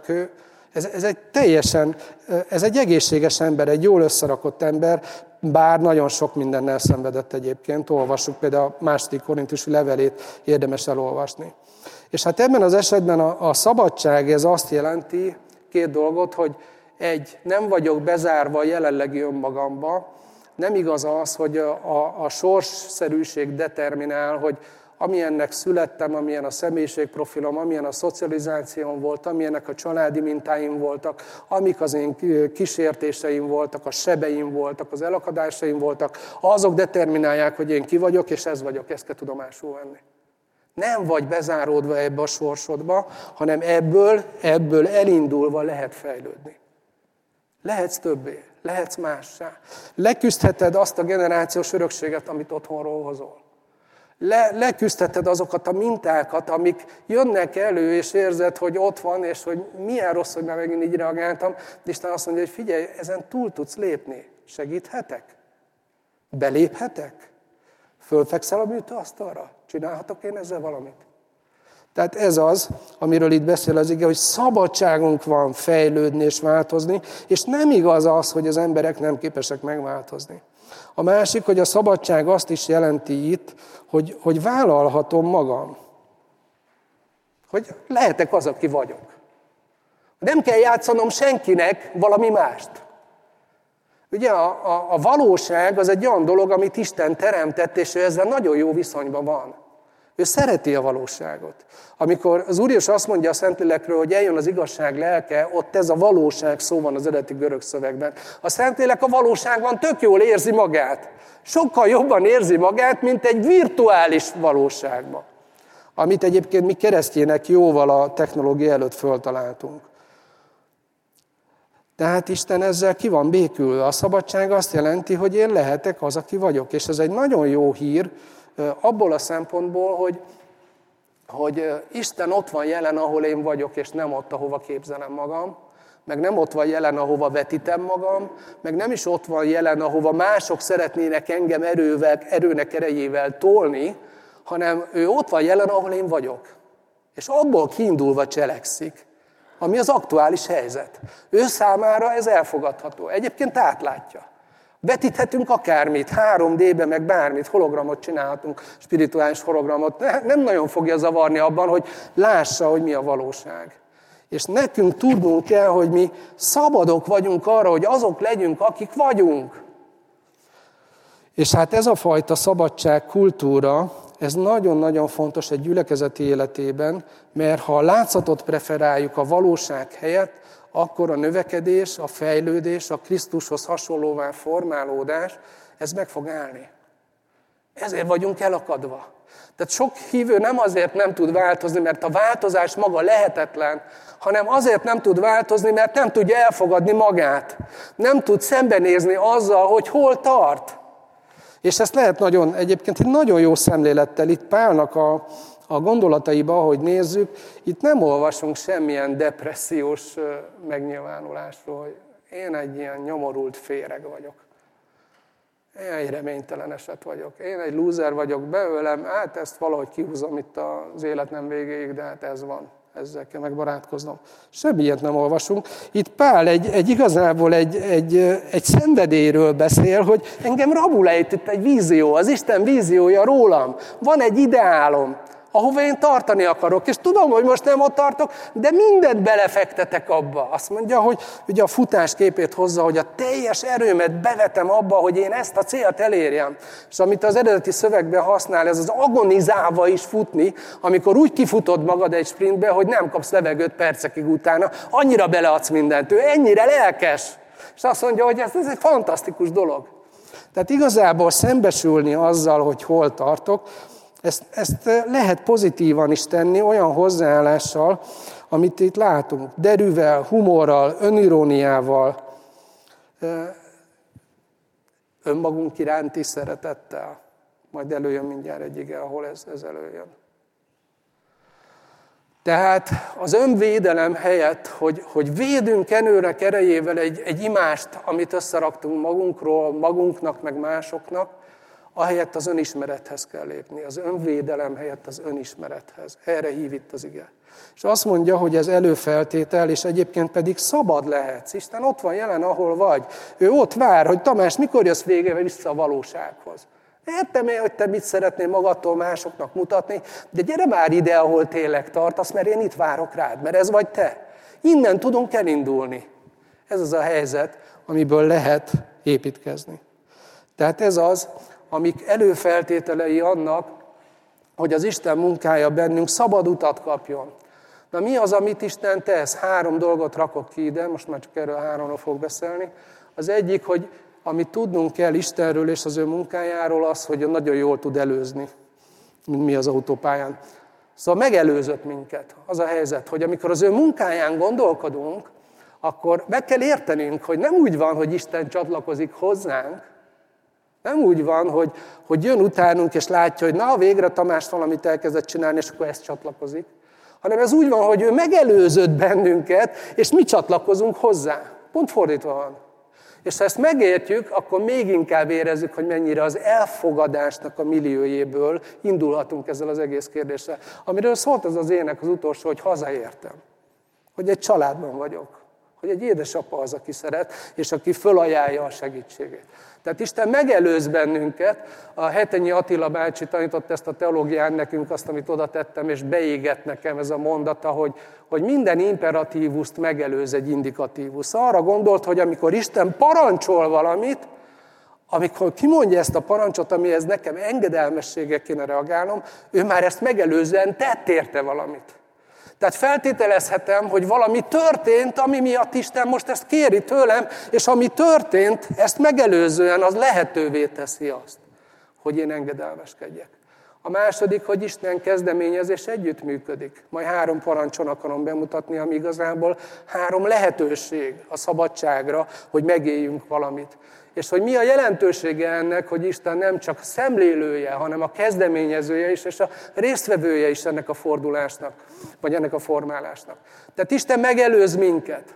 ez egy egészséges ember, egy jól összerakott ember, bár nagyon sok mindennel szenvedett egyébként. Olvassuk például a 2. Korintusi levelét, érdemes elolvasni. És hát ebben az esetben a szabadság, ez azt jelenti, 2 dolgot, hogy nem vagyok bezárva a jelenlegi önmagamba, nem igaz az, hogy a sorsszerűség determinál, hogy amilyennek születtem, amilyen a személyiségprofilom, amilyen a szocializációm volt, amilyenek a családi mintáim voltak, amik az én kísértéseim voltak, a sebeim voltak, az elakadásaim voltak, azok determinálják, hogy én ki vagyok, és ez vagyok, ezt kell tudomásul venni. Nem vagy bezáródva ebbe a sorsodba, hanem ebből elindulva lehet fejlődni. Lehetsz többé, lehetsz mássá. Leküzdheted azt a generációs örökséget, amit otthonról hozol. Leküzdheted azokat a mintákat, amik jönnek elő, és érzed, hogy ott van, és hogy milyen rossz, hogy már megint így reagáltam. De Isten azt mondja, hogy figyelj, ezen túl tudsz lépni. Segíthetek? Beléphetek? Fölfekszel a műtőasztalra? Csinálhatok én ezzel valamit? Tehát ez az, amiről itt beszél az ige, hogy szabadságunk van fejlődni és változni, és nem igaz az, hogy az emberek nem képesek megváltozni. A másik, hogy a szabadság azt is jelenti itt, hogy vállalhatom magam. Hogy lehetek az, aki vagyok. Nem kell játszanom senkinek valami mást. Ugye a valóság az egy olyan dolog, amit Isten teremtett, és ő ezzel nagyon jó viszonyban van. Ő szereti a valóságot. Amikor az Úr Jézus azt mondja a Szentlélekről, hogy eljön az igazság lelke, ott ez a valóság szó van az eredeti görög szövegben. A Szentlélek a valóságban tök jól érzi magát. Sokkal jobban érzi magát, mint egy virtuális valóságban. Amit egyébként mi keresztjének jóval a technológia előtt föltaláltunk. Tehát Isten ezzel ki van békülve. A szabadság azt jelenti, hogy én lehetek az, aki vagyok. És ez egy nagyon jó hír abból a szempontból, hogy Isten ott van jelen, ahol én vagyok, és nem ott, ahova képzelem magam. Meg nem ott van jelen, ahova vetítem magam. Meg nem is ott van jelen, ahova mások szeretnének engem erőnek erejével tolni, hanem ő ott van jelen, ahol én vagyok. És abból kiindulva cselekszik, ami az aktuális helyzet. Ő számára ez elfogadható. Egyébként átlátja. Vetíthetünk akármit, 3D-be, meg bármit, hologramot csinálhatunk, spirituális hologramot. Nem nagyon fogja zavarni abban, hogy lássa, hogy mi a valóság. És nekünk tudnunk kell, hogy mi szabadok vagyunk arra, hogy azok legyünk, akik vagyunk. És hát ez a fajta szabadság kultúra, ez nagyon-nagyon fontos egy gyülekezeti életében, mert ha a látszatot preferáljuk a valóság helyett, akkor a növekedés, a fejlődés, a Krisztushoz hasonlóvá formálódás, ez meg fog állni. Ezért vagyunk elakadva. Tehát sok hívő nem azért nem tud változni, mert a változás maga lehetetlen, hanem azért nem tud változni, mert nem tudja elfogadni magát. Nem tud szembenézni azzal, hogy hol tart. És ezt lehet egyébként egy nagyon jó szemlélettel itt Pálnak a gondolataiba, ahogy nézzük, itt nem olvasunk semmilyen depressziós megnyilvánulásról, hogy én egy ilyen nyomorult féreg vagyok. Én egy reménytelen eset vagyok. Én egy lúzer vagyok, beölem, hát ezt valahogy kihúzom itt az életem végéig, de hát ez van. Ezzel kell megbarátkoznom. Semmi ilyet nem olvasunk. Itt Pál igazából egy szenvedélyről beszél, hogy engem rabul ejt itt egy vízió, az Isten víziója rólam. Van egy ideálom, ahova én tartani akarok, és tudom, hogy most nem ott tartok, de mindent belefektetek abba. Azt mondja, hogy ugye a futás képét hozza, hogy a teljes erőmet bevetem abba, hogy én ezt a célt elérjem. És amit az eredeti szövegben használ, ez az agonizálva is futni, amikor úgy kifutod magad egy sprintbe, hogy nem kapsz levegőt percekig utána, annyira beleadsz mindent. Ő ennyire lelkes. És azt mondja, hogy ez egy fantasztikus dolog. Tehát igazából szembesülni azzal, hogy hol tartok, ezt lehet pozitívan is tenni olyan hozzáállással, amit itt látunk. Derűvel, humorral, öniróniával, önmagunk iránti szeretettel. Majd előjön mindjárt egy ige, ahol ez előjön. Tehát az önvédelem helyett, hogy védünk erőnek erejével egy imást, amit összeraktunk magunkról, magunknak, meg másoknak, ahelyett az önismerethez kell lépni. Az önvédelem helyett az önismerethez. Erre hív itt az ige. És azt mondja, hogy ez előfeltétel, és egyébként pedig szabad lehetsz. Isten ott van jelen, ahol vagy. Ő ott vár, hogy Tamás, mikor jössz végre vissza a valósághoz. Értem én, hogy te mit szeretnél magadtól másoknak mutatni, de gyere már ide, ahol tényleg tartasz, mert én itt várok rád, mert ez vagy te. Innen tudunk elindulni. Ez az a helyzet, amiből lehet építkezni. Tehát ez az, amik előfeltételei annak, hogy az Isten munkája bennünk szabad utat kapjon. Na mi az, amit Isten tesz? 3 dolgot rakok ki ide, most már csak erről 3-ról fogok beszélni. Az egyik, hogy amit tudnunk kell Istenről és az ő munkájáról, az, hogy nagyon jól tud előzni, mint mi az autópályán. Szóval megelőzött minket. Az a helyzet, hogy amikor az ő munkáján gondolkodunk, akkor meg kell értenünk, hogy nem úgy van, hogy Isten csatlakozik hozzánk, Nem úgy van, hogy jön utánunk, és látja, hogy na, végre Tamás valamit elkezdett csinálni, és akkor ezt csatlakozik. Hanem ez úgy van, hogy ő megelőzött bennünket, és mi csatlakozunk hozzá. Pont fordítva van. És ha ezt megértjük, akkor még inkább érezzük, hogy mennyire az elfogadásnak a milliójéből indulhatunk ezzel az egész kérdéssel. Amiről szólt ez az ének az utolsó, hogy hazaértem. Hogy egy családban vagyok. Hogy egy édesapa az, aki szeret, és aki fölajánlja a segítségét. Tehát Isten megelőz bennünket. A Hetenyi Attila bácsi tanított ezt a teológián nekünk, azt, amit oda tettem, és beégett nekem ez a mondata, hogy minden imperatívuszt megelőz egy indikatívus. Arra gondolt, hogy amikor Isten parancsol valamit, amikor kimondja ezt a parancsot, amihez nekem engedelmességgel kéne reagálnom, ő már ezt megelőzően tett érte valamit. Tehát feltételezhetem, hogy valami történt, ami miatt Isten most ezt kéri tőlem, és ami történt, ezt megelőzően az lehetővé teszi azt, hogy én engedelmeskedjek. A második, hogy Isten kezdeményezés együttműködik. Majd 3 parancson akarom bemutatni, ami igazából 3 lehetőség a szabadságra, hogy megéljünk valamit. És hogy mi a jelentősége ennek, hogy Isten nem csak szemlélője, hanem a kezdeményezője is, és a résztvevője is ennek a fordulásnak, vagy ennek a formálásnak. Tehát Isten megelőz minket.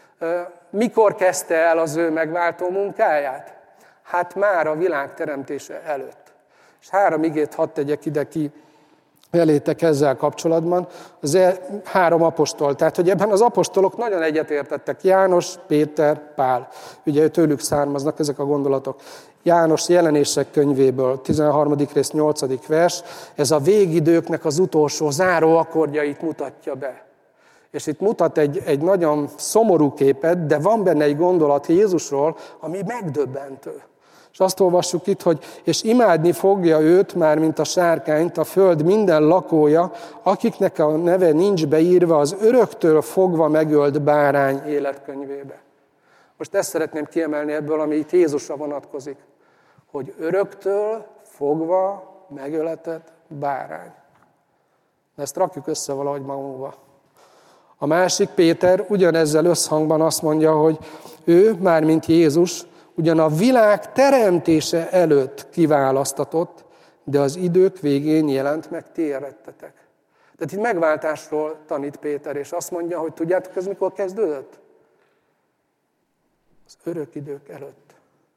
Mikor kezdte el az ő megváltó munkáját? Hát már a világ teremtése előtt. És 3 igét hadd tegyek ide ki elétek ezzel kapcsolatban. Az 3 apostol. Tehát, hogy ebben az apostolok nagyon egyetértettek. János, Péter, Pál. Ugye tőlük származnak ezek a gondolatok. János Jelenések könyvéből, 13. rész, 8. vers. Ez a végidőknek az utolsó záró akkordjait mutatja be. És itt mutat egy nagyon szomorú képet, de van benne egy gondolat Jézusról, ami megdöbbentő. És azt olvassuk itt, hogy és imádni fogja őt, már mint a sárkányt, a föld minden lakója, akiknek a neve nincs beírva az öröktől fogva megölt bárány életkönyvébe. Most ezt szeretném kiemelni ebből, ami itt Jézusra vonatkozik, hogy öröktől fogva megöletett bárány. Ezt rakjuk össze valahogy magunkba. A másik, Péter, ugyanezzel összhangban azt mondja, hogy ő, mármint Jézus, ugyan a világ teremtése előtt kiválasztatott, de az idők végén jelent meg, ti eredtetek. Tehát itt megváltásról tanít Péter, és azt mondja, hogy tudjátok, ez mikor kezdődött? Az örök idők előtt.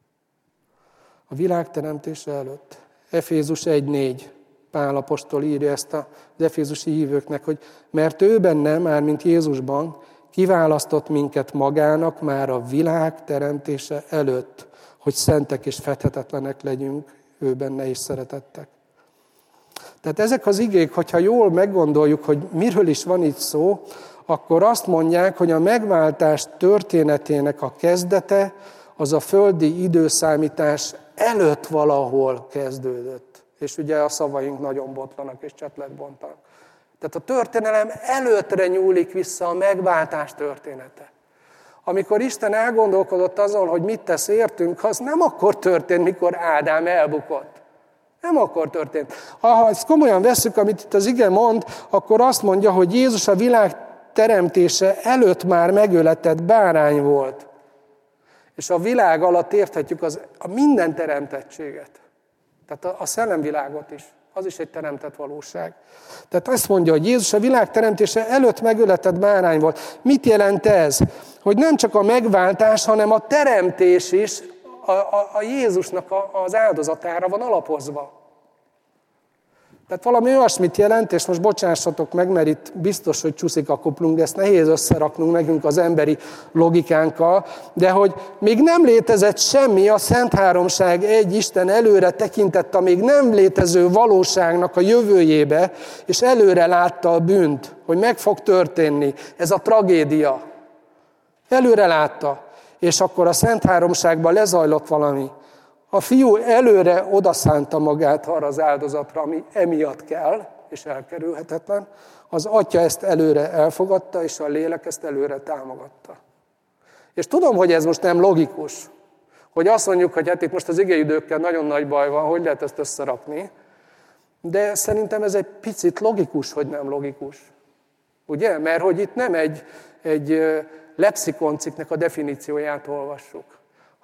A világ teremtése előtt. Efézus 1:4. Pál apostol írja ezt az efézusi hívőknek, hogy mert ő benne, mármint Jézusban, kiválasztott minket magának már a világ teremtése előtt, hogy szentek és fedhetetlenek legyünk ő benne és szeretettek. Tehát ezek az igék, hogyha jól meggondoljuk, hogy miről is van itt szó, akkor azt mondják, hogy a megváltás történetének a kezdete az a földi időszámítás előtt valahol kezdődött. És ugye a szavaink nagyon botlanak és csetlet bontanak. Tehát a történelem előttre nyúlik vissza a megváltás története. Amikor Isten elgondolkodott azon, hogy mit tesz értünk, az nem akkor történt, mikor Ádám elbukott. Nem akkor történt. Ha ezt komolyan vesszük, amit itt az ige mond, akkor azt mondja, hogy Jézus a világ teremtése előtt már megöletett bárány volt. És a világ alatt érthetjük a minden teremtettséget. Tehát a szellemvilágot is. Az is egy teremtett valóság. Tehát azt mondja, hogy Jézus a világ teremtése előtt megöletett bárány volt. Mit jelent ez? Hogy nem csak a megváltás, hanem a teremtés is a Jézusnak az áldozatára van alapozva. Tehát valami olyasmit jelent, és most bocsássatok meg, mert itt biztos, hogy csúszik a kuplunk, de ezt nehéz összeraknunk nekünk az emberi logikánkkal, de hogy még nem létezett semmi, a Szent Háromság egy Isten előre tekintett a még nem létező valóságnak a jövőjébe, és előre látta a bűnt, hogy meg fog történni. Ez a tragédia. Előre látta, és akkor a Szent Háromságban lezajlott valami. A fiú előre odaszánta magát arra az áldozatra, ami emiatt kell, és elkerülhetetlen. Az atya ezt előre elfogadta, és a lélek ezt előre támogatta. És tudom, hogy ez most nem logikus, hogy azt mondjuk, hogy hát itt most az igéidőkkel nagyon nagy baj van, hogy lehet ezt összerakni, de szerintem ez egy picit logikus, hogy nem logikus. Ugye? Mert hogy itt nem egy lexikoncikknek a definícióját olvassuk,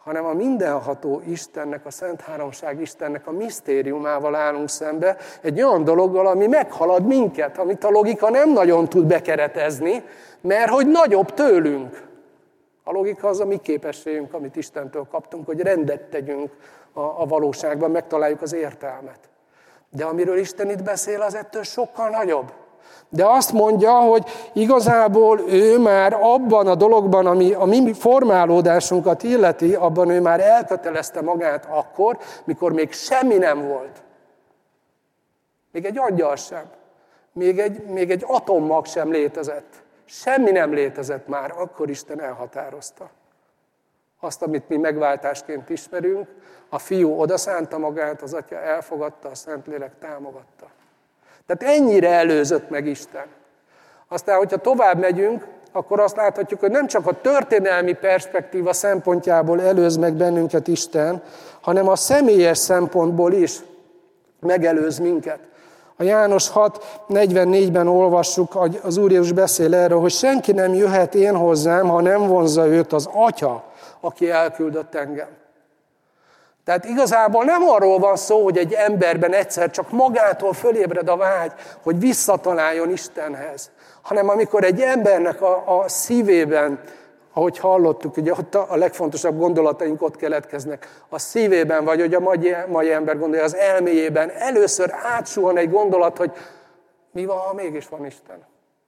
hanem a mindenható Istennek, a Szent Háromság Istennek a misztériumával állunk szembe, egy olyan dologgal, ami meghalad minket, amit a logika nem nagyon tud bekeretezni, mert hogy nagyobb tőlünk. A logika az a mi képességünk, amit Istentől kaptunk, hogy rendet tegyünk a valóságban, megtaláljuk az értelmet. De amiről Isten itt beszél, az ettől sokkal nagyobb. De azt mondja, hogy igazából ő már abban a dologban, ami a mi formálódásunkat illeti, abban ő már elkötelezte magát akkor, mikor még semmi nem volt. Még egy angyal sem. Még egy atommag sem létezett. Semmi nem létezett már, akkor Isten elhatározta. Azt, amit mi megváltásként ismerünk, a Fiú odaszánta magát, az Atya elfogadta, a Szentlélek támogatta. Tehát ennyire előzött meg Isten. Aztán, hogyha tovább megyünk, akkor azt láthatjuk, hogy nem csak a történelmi perspektíva szempontjából előz meg bennünket Isten, hanem a személyes szempontból is megelőz minket. A János 6:44-ben olvassuk, az Úr Jézus beszél erről, hogy senki nem jöhet én hozzám, ha nem vonzza őt az Atya, aki elküldött engem. Tehát igazából nem arról van szó, hogy egy emberben egyszer csak magától fölébred a vágy, hogy visszataláljon Istenhez, hanem amikor egy embernek a szívében, ahogy hallottuk, ugye ott a legfontosabb gondolataink ott keletkeznek, a szívében, vagy hogy a mai ember gondolja, az elméjében először átsuhan egy gondolat, hogy mi van, ha mégis van Isten?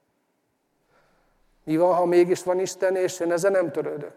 Mi van, ha mégis van Isten, és én ezzel nem törődök?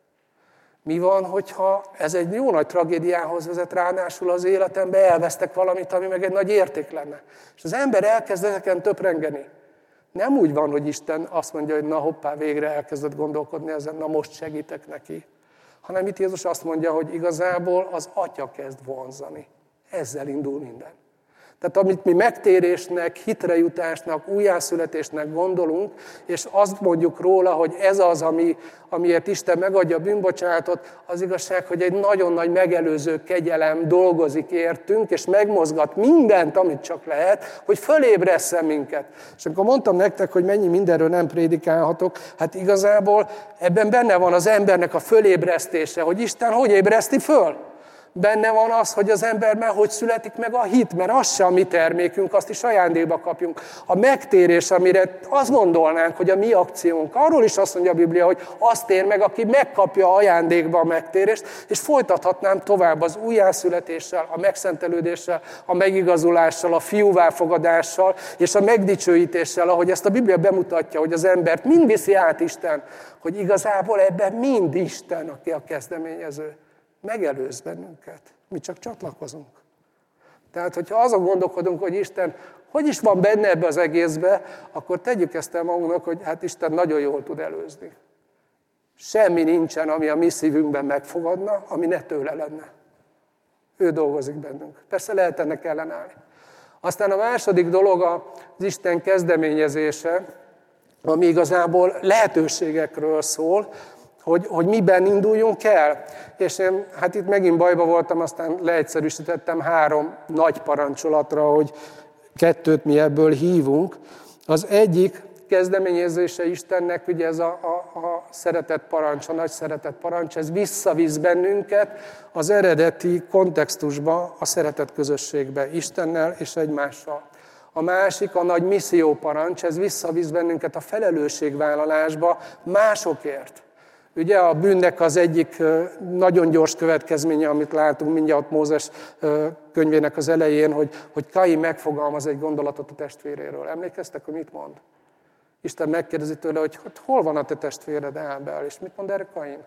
Mi van, hogyha ez egy jó nagy tragédiához vezet, ráadásul az életemben elvesztek valamit, ami meg egy nagy érték lenne. És az ember elkezd ezeken töprengeni. Nem úgy van, hogy Isten azt mondja, hogy na hoppá, végre elkezdett gondolkodni ezen, na most segítek neki. Hanem itt Jézus azt mondja, hogy igazából az Atya kezd vonzani. Ezzel indul minden. Tehát amit mi megtérésnek, hitrejutásnak, újjászületésnek gondolunk, és azt mondjuk róla, hogy ez az, amiért Isten megadja a bűnbocsánatot, az igazság, hogy egy nagyon nagy megelőző kegyelem dolgozik értünk, és megmozgat mindent, amit csak lehet, hogy fölébresszem minket. És amikor mondtam nektek, hogy mennyi mindenről nem prédikálhatok, hát igazából ebben benne van az embernek a fölébresztése, hogy Isten hogy ébreszti föl? Benne van az, hogy az emberben hogy születik meg a hit, mert az se a mi termékünk, azt is ajándékba kapjunk. A megtérés, amire azt gondolnánk, hogy a mi akciónk, arról is azt mondja a Biblia, hogy azt tér meg, aki megkapja ajándékba a megtérést, és folytathatnám tovább az újjászületéssel, a megszentelődéssel, a megigazulással, a fiúváfogadással, és a megdicsőítéssel, ahogy ezt a Biblia bemutatja, hogy az embert mind viszi át Isten, hogy igazából ebben mind Isten, aki a kezdeményező. Megelőz bennünket. Mi csak csatlakozunk. Tehát, hogyha azon gondolkodunk, hogy Isten hogy is van benne ebbe az egészbe, akkor tegyük ezt el magunknak, hogy hát Isten nagyon jól tud előzni. Semmi nincsen, ami a mi szívünkben megfogadna, ami ne tőle lenne. Ő dolgozik bennünk. Persze lehet ennek ellenállni. Aztán a második dolog az Isten kezdeményezése, ami igazából lehetőségekről szól, hogy miben induljunk el. És én hát itt megint bajba voltam, aztán leegyszerűsítettem 3 nagy parancsolatra, hogy 2 mi ebből hívunk. Az egyik kezdeményezése Istennek, ugye ez a szeretet parancs, a nagy szeretet parancs, ez visszavisz bennünket az eredeti kontextusba, a szeretet közösségbe, Istennel és egymással. A másik a nagy misszió parancs, ez visszavisz bennünket a felelősségvállalásba másokért. Ugye a bűnnek az egyik nagyon gyors következménye, amit látunk mindjárt Mózes könyvének az elején, hogy Kain megfogalmaz egy gondolatot a testvéréről. Emlékeztek, hogy mit mond? Isten megkérdezi tőle, hogy hol van a te testvéred Ábel, és mit mond erre Kain?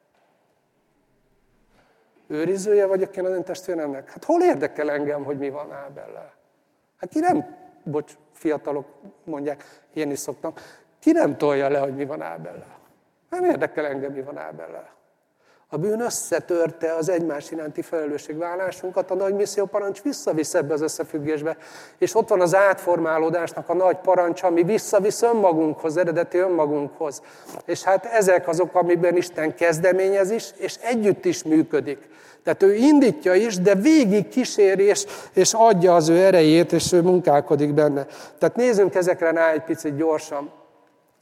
Őrizője vagyok én az én testvéremnek? Hát hol érdekel engem, hogy mi van Ábellel? Hát ki nem, fiatalok mondják, én is szoktam, ki nem tolja le, hogy mi van Ábellel? Nem érdekel engem, mi van Ábellel. A bűn összetörte az egymás iránti felelősségvállásunkat, a nagy misszióparancs visszavisz ebbe az összefüggésbe, és ott van az átformálódásnak a nagy parancs, ami visszavisz önmagunkhoz, eredeti önmagunkhoz. És hát ezek azok, amiben Isten kezdeményez is, és együtt is működik. Tehát ő indítja is, de végig kíséri, és adja az ő erejét, és ő munkálkodik benne. Tehát nézzünk ezekre rá egy picit gyorsan.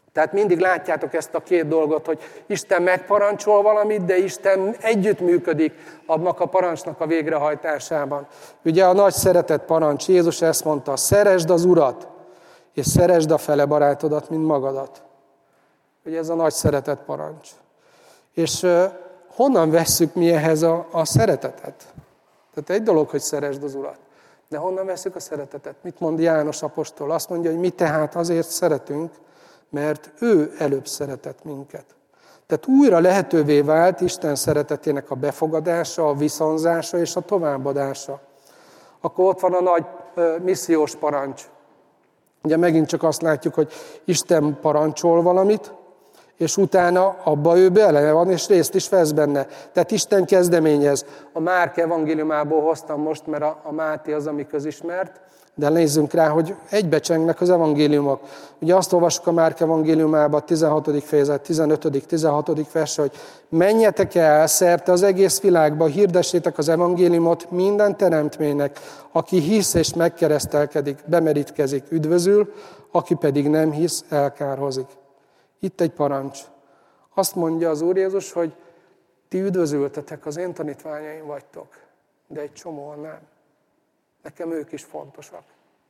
Tehát mindig látjátok ezt a két dolgot, hogy Isten megparancsol valamit, de Isten együttműködik annak a parancsnak a végrehajtásában. Ugye a nagy szeretet parancs, Jézus ezt mondta, szeresd az Urat, és szeresd a fele barátodat, mint magadat. Ugye ez a nagy szeretet parancs. És honnan vesszük mi ehhez a szeretetet? Tehát egy dolog, hogy szeresd az Urat. De honnan vesszük a szeretetet? Mit mond János apostol? Azt mondja, hogy mi tehát azért szeretünk, mert ő előbb szeretett minket. Tehát újra lehetővé vált Isten szeretetének a befogadása, a viszonzása és a továbbadása. Akkor ott van a nagy missziós parancs. Ugye megint csak azt látjuk, hogy Isten parancsol valamit, és utána abba ő bele van, és részt is vesz benne. Tehát Isten kezdeményez. A Márk evangéliumából hoztam most, mert a Máté az, ami közismert, de nézzünk rá, hogy egybecsengnek az evangéliumok. Ugye azt olvasjuk a Márk evangéliumában, 16. fejezet, 15.-16. verse, hogy menjetek el szerte az egész világba, hirdessétek az evangéliumot minden teremtménynek, aki hisz és megkeresztelkedik, bemerítkezik, üdvözül, aki pedig nem hisz, elkárhozik. Itt egy parancs. Azt mondja az Úr Jézus, hogy ti üdvözültetek, az én tanítványaim vagytok, de egy csomóan nem. Nekem ők is fontosak.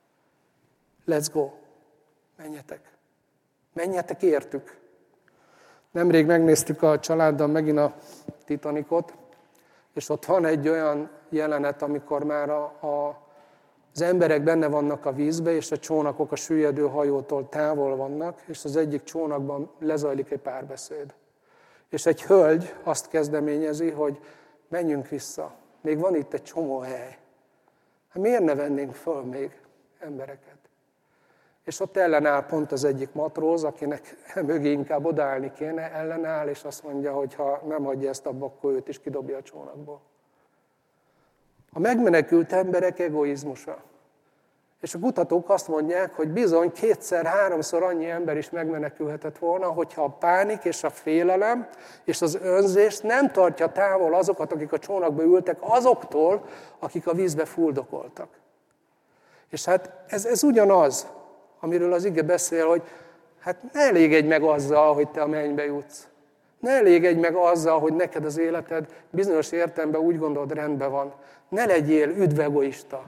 Let's go. Menjetek. Menjetek értük. Nemrég megnéztük a családdal megint a Titanicot, és ott van egy olyan jelenet, amikor már az emberek benne vannak a vízbe, és a csónakok a süllyedő hajótól távol vannak, és az egyik csónakban lezajlik egy párbeszéd. És egy hölgy azt kezdeményezi, hogy menjünk vissza. Még van itt egy csomó hely. Hát miért ne vennénk föl még embereket? És ott ellenáll pont az egyik matróz, akinek mögé inkább odaállni kéne, ellenáll, és azt mondja, hogy ha nem hagyja ezt abba, akkor őt is kidobja a csónakból. A megmenekült emberek egoizmusa. És a kutatók azt mondják, hogy bizony 2-3-szor annyi ember is megmenekülhetett volna, hogyha a pánik és a félelem és az önzés nem tartja távol azokat, akik a csónakba ültek, azoktól, akik a vízbe fuldokoltak. És hát ez ugyanaz, amiről az ige beszél, hogy hát ne elégedj meg azzal, hogy te a mennybe jutsz. Ne elégedj meg azzal, hogy neked az életed bizonyos értelemben úgy gondolod rendben van. Ne legyél üdvegoista.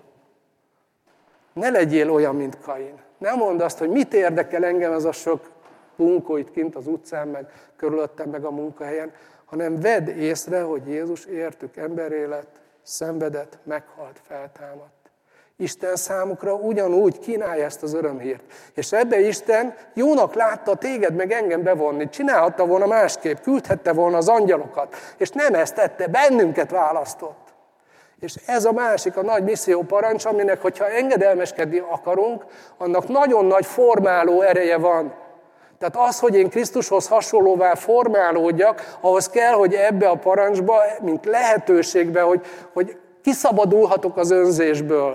Ne legyél olyan, mint Kain. Ne mondd azt, hogy mit érdekel engem az a sok bunkó itt kint az utcán, meg körülöttem, meg a munkahelyen, hanem vedd észre, hogy Jézus értük emberré lett, szenvedett, meghalt, feltámadt. Isten számukra ugyanúgy kínálja ezt az örömhírt. És ebbe Isten jónak látta téged meg engem bevonni. Csinálhatta volna másképp, küldhette volna az angyalokat. És nem ezt tette, bennünket választott. És ez a másik, a nagy misszió parancs, aminek, hogyha engedelmeskedni akarunk, annak nagyon nagy formáló ereje van. Tehát az, hogy én Krisztushoz hasonlóvá formálódjak, ahhoz kell, hogy ebbe a parancsba, mint lehetőségbe, hogy kiszabadulhatok az önzésből,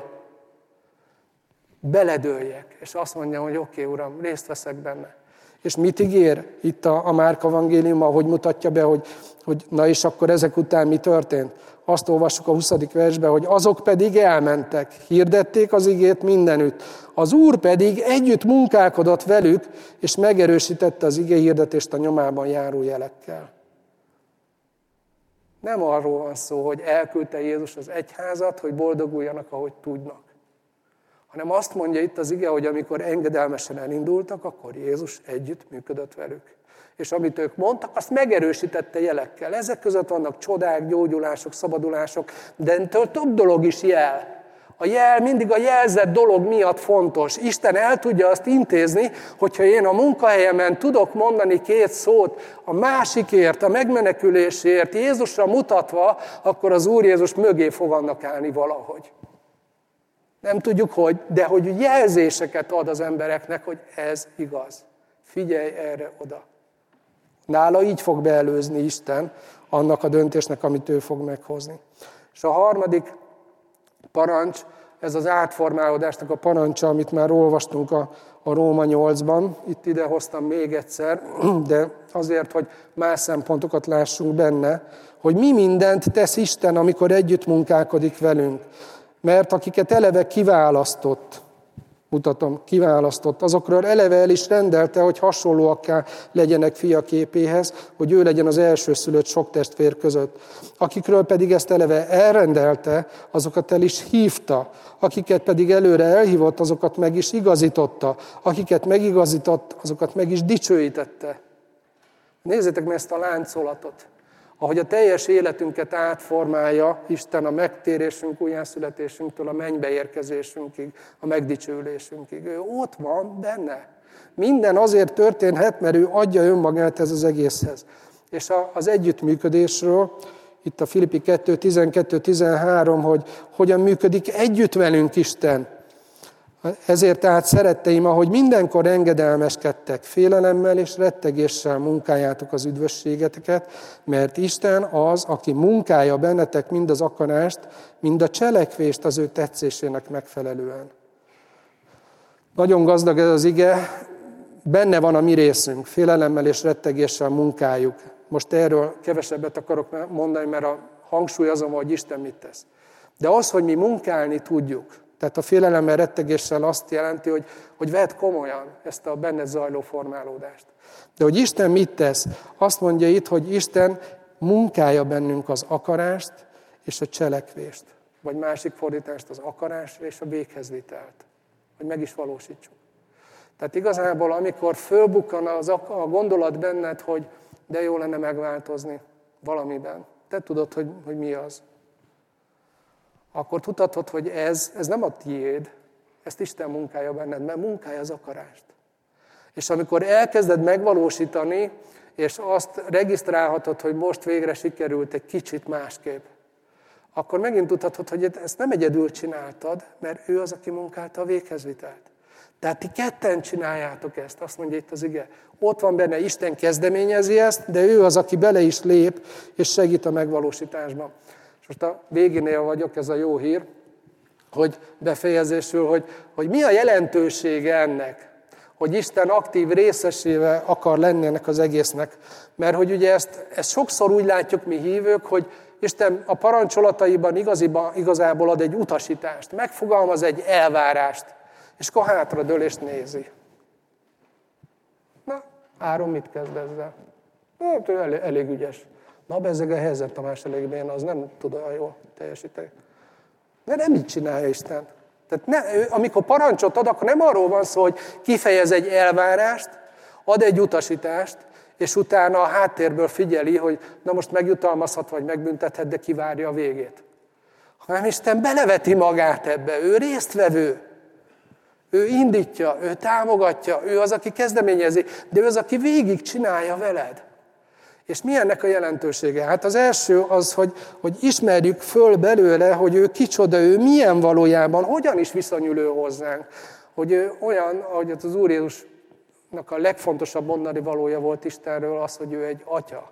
beledőljek. És azt mondjam, hogy oké, Uram, részt veszek benne. És mit ígér itt a Márk evangéliuma, hogy mutatja be, hogy na és akkor ezek után mi történt? Azt olvassuk a 20. versben, hogy azok pedig elmentek, hirdették az igét mindenütt. Az Úr pedig együtt munkálkodott velük, és megerősítette az ige hirdetést a nyomában járó jelekkel. Nem arról van szó, hogy elküldte Jézus az egyházat, hogy boldoguljanak, ahogy tudnak. Hanem azt mondja itt az ige, hogy amikor engedelmesen elindultak, akkor Jézus együtt működött velük. És amit ők mondtak, azt megerősítette jelekkel. Ezek között vannak csodák, gyógyulások, szabadulások, de ettől több dolog is jel. A jel mindig a jelzett dolog miatt fontos. Isten el tudja azt intézni, hogyha én a munkahelyemen tudok mondani 2 szót a másikért, a megmenekülésért, Jézusra mutatva, akkor az Úr Jézus mögé fog annak állni valahogy. Nem tudjuk, hogy, de hogy jelzéseket ad az embereknek, hogy ez igaz. Figyelj erre oda. Nála így fog beelőzni Isten annak a döntésnek, amit ő fog meghozni. És a harmadik parancs, ez az átformálódásnak a parancsa, amit már olvastunk a Róma 8-ban. Itt ide hoztam még egyszer, de azért, hogy más szempontokat lássunk benne, hogy mi mindent tesz Isten, amikor együtt munkálkodik velünk. Mert akiket eleve kiválasztott, mutatom, kiválasztott. Azokról eleve el is rendelte, hogy hasonlóakká legyenek fia képéhez, hogy ő legyen az elsőszülött sok testvér között. Akikről pedig ezt eleve elrendelte, azokat el is hívta. Akiket pedig előre elhívott, azokat meg is igazította. Akiket megigazított, azokat meg is dicsőítette. Nézzétek meg ezt a láncolatot. Ahogy a teljes életünket átformálja Isten a megtérésünk, újjászületésünktől a mennybe érkezésünkig, a megdicsőülésünkig. Ő ott van benne. Minden azért történhet, mert ő adja önmagát ez az egészhez. És az együttműködésről, itt a Filippi 2:12-13, hogy hogyan működik együtt velünk Isten. Ezért tehát szeretteim, ahogy mindenkor engedelmeskedtek, félelemmel és rettegéssel munkáljátok az üdvösségeteket, mert Isten az, aki munkálja bennetek mind az akarást, mind a cselekvést az ő tetszésének megfelelően. Nagyon gazdag ez az ige, benne van a mi részünk, félelemmel és rettegéssel munkáljuk. Most erről kevesebbet akarok mondani, mert a hangsúly azon, hogy Isten mit tesz. De az, hogy mi munkálni tudjuk, tehát a félelemmel, rettegéssel azt jelenti, hogy vedd komolyan ezt a benned zajló formálódást. De hogy Isten mit tesz? Azt mondja itt, hogy Isten munkálja bennünk az akarást és a cselekvést. Vagy másik fordítást, az akarásra és a véghezvitelt. Hogy meg is valósítsuk. Tehát igazából, amikor fölbukkan a gondolat benned, hogy de jó lenne megváltozni valamiben. Te tudod, hogy mi az. Akkor tudhatod, hogy ez nem a tiéd, ezt Isten munkálja benned, mert munkálja az akarást. És amikor elkezded megvalósítani, és azt regisztrálhatod, hogy most végre sikerült egy kicsit másképp, akkor megint tudhatod, hogy ezt nem egyedül csináltad, mert ő az, aki munkálta a véghezvitelt. Tehát ti ketten csináljátok ezt, azt mondja itt az ige. Ott van benne, Isten kezdeményezi ezt, de ő az, aki bele is lép, és segít a megvalósításban. És most a végénél vagyok, ez a jó hír, hogy befejezésül, hogy mi a jelentősége ennek, hogy Isten aktív részesével akar lenni ennek az egésznek. Mert hogy ugye ezt sokszor úgy látjuk mi hívők, hogy Isten a parancsolataiban igazából ad egy utasítást, megfogalmaz egy elvárást, és akkor hátradől és nézi. Na, Áron mit kezd ezzel? Na, elég ügyes. Na, bezzeg a helyzet Tamás elég béna, az nem tud olyan jól teljesíteni. De nem így csinálja Isten. Tehát amikor parancsot ad, akkor nem arról van szó, hogy kifejez egy elvárást, ad egy utasítást, és utána a háttérből figyeli, hogy na most megjutalmazhat, vagy megbüntethet, de kivárja a végét. Hanem Isten beleveti magát ebbe, ő résztvevő. Ő indítja, ő támogatja, ő az, aki kezdeményezi, de ő az, aki végig csinálja veled. És mi ennek a jelentősége? Hát az első az, hogy ismerjük föl belőle, hogy ő kicsoda, ő milyen valójában, hogyan is viszonyul ő hozzánk. Hogy ő olyan, ahogy az Úr Jézusnak a legfontosabb mondani valója volt Istenről, az, hogy ő egy atya.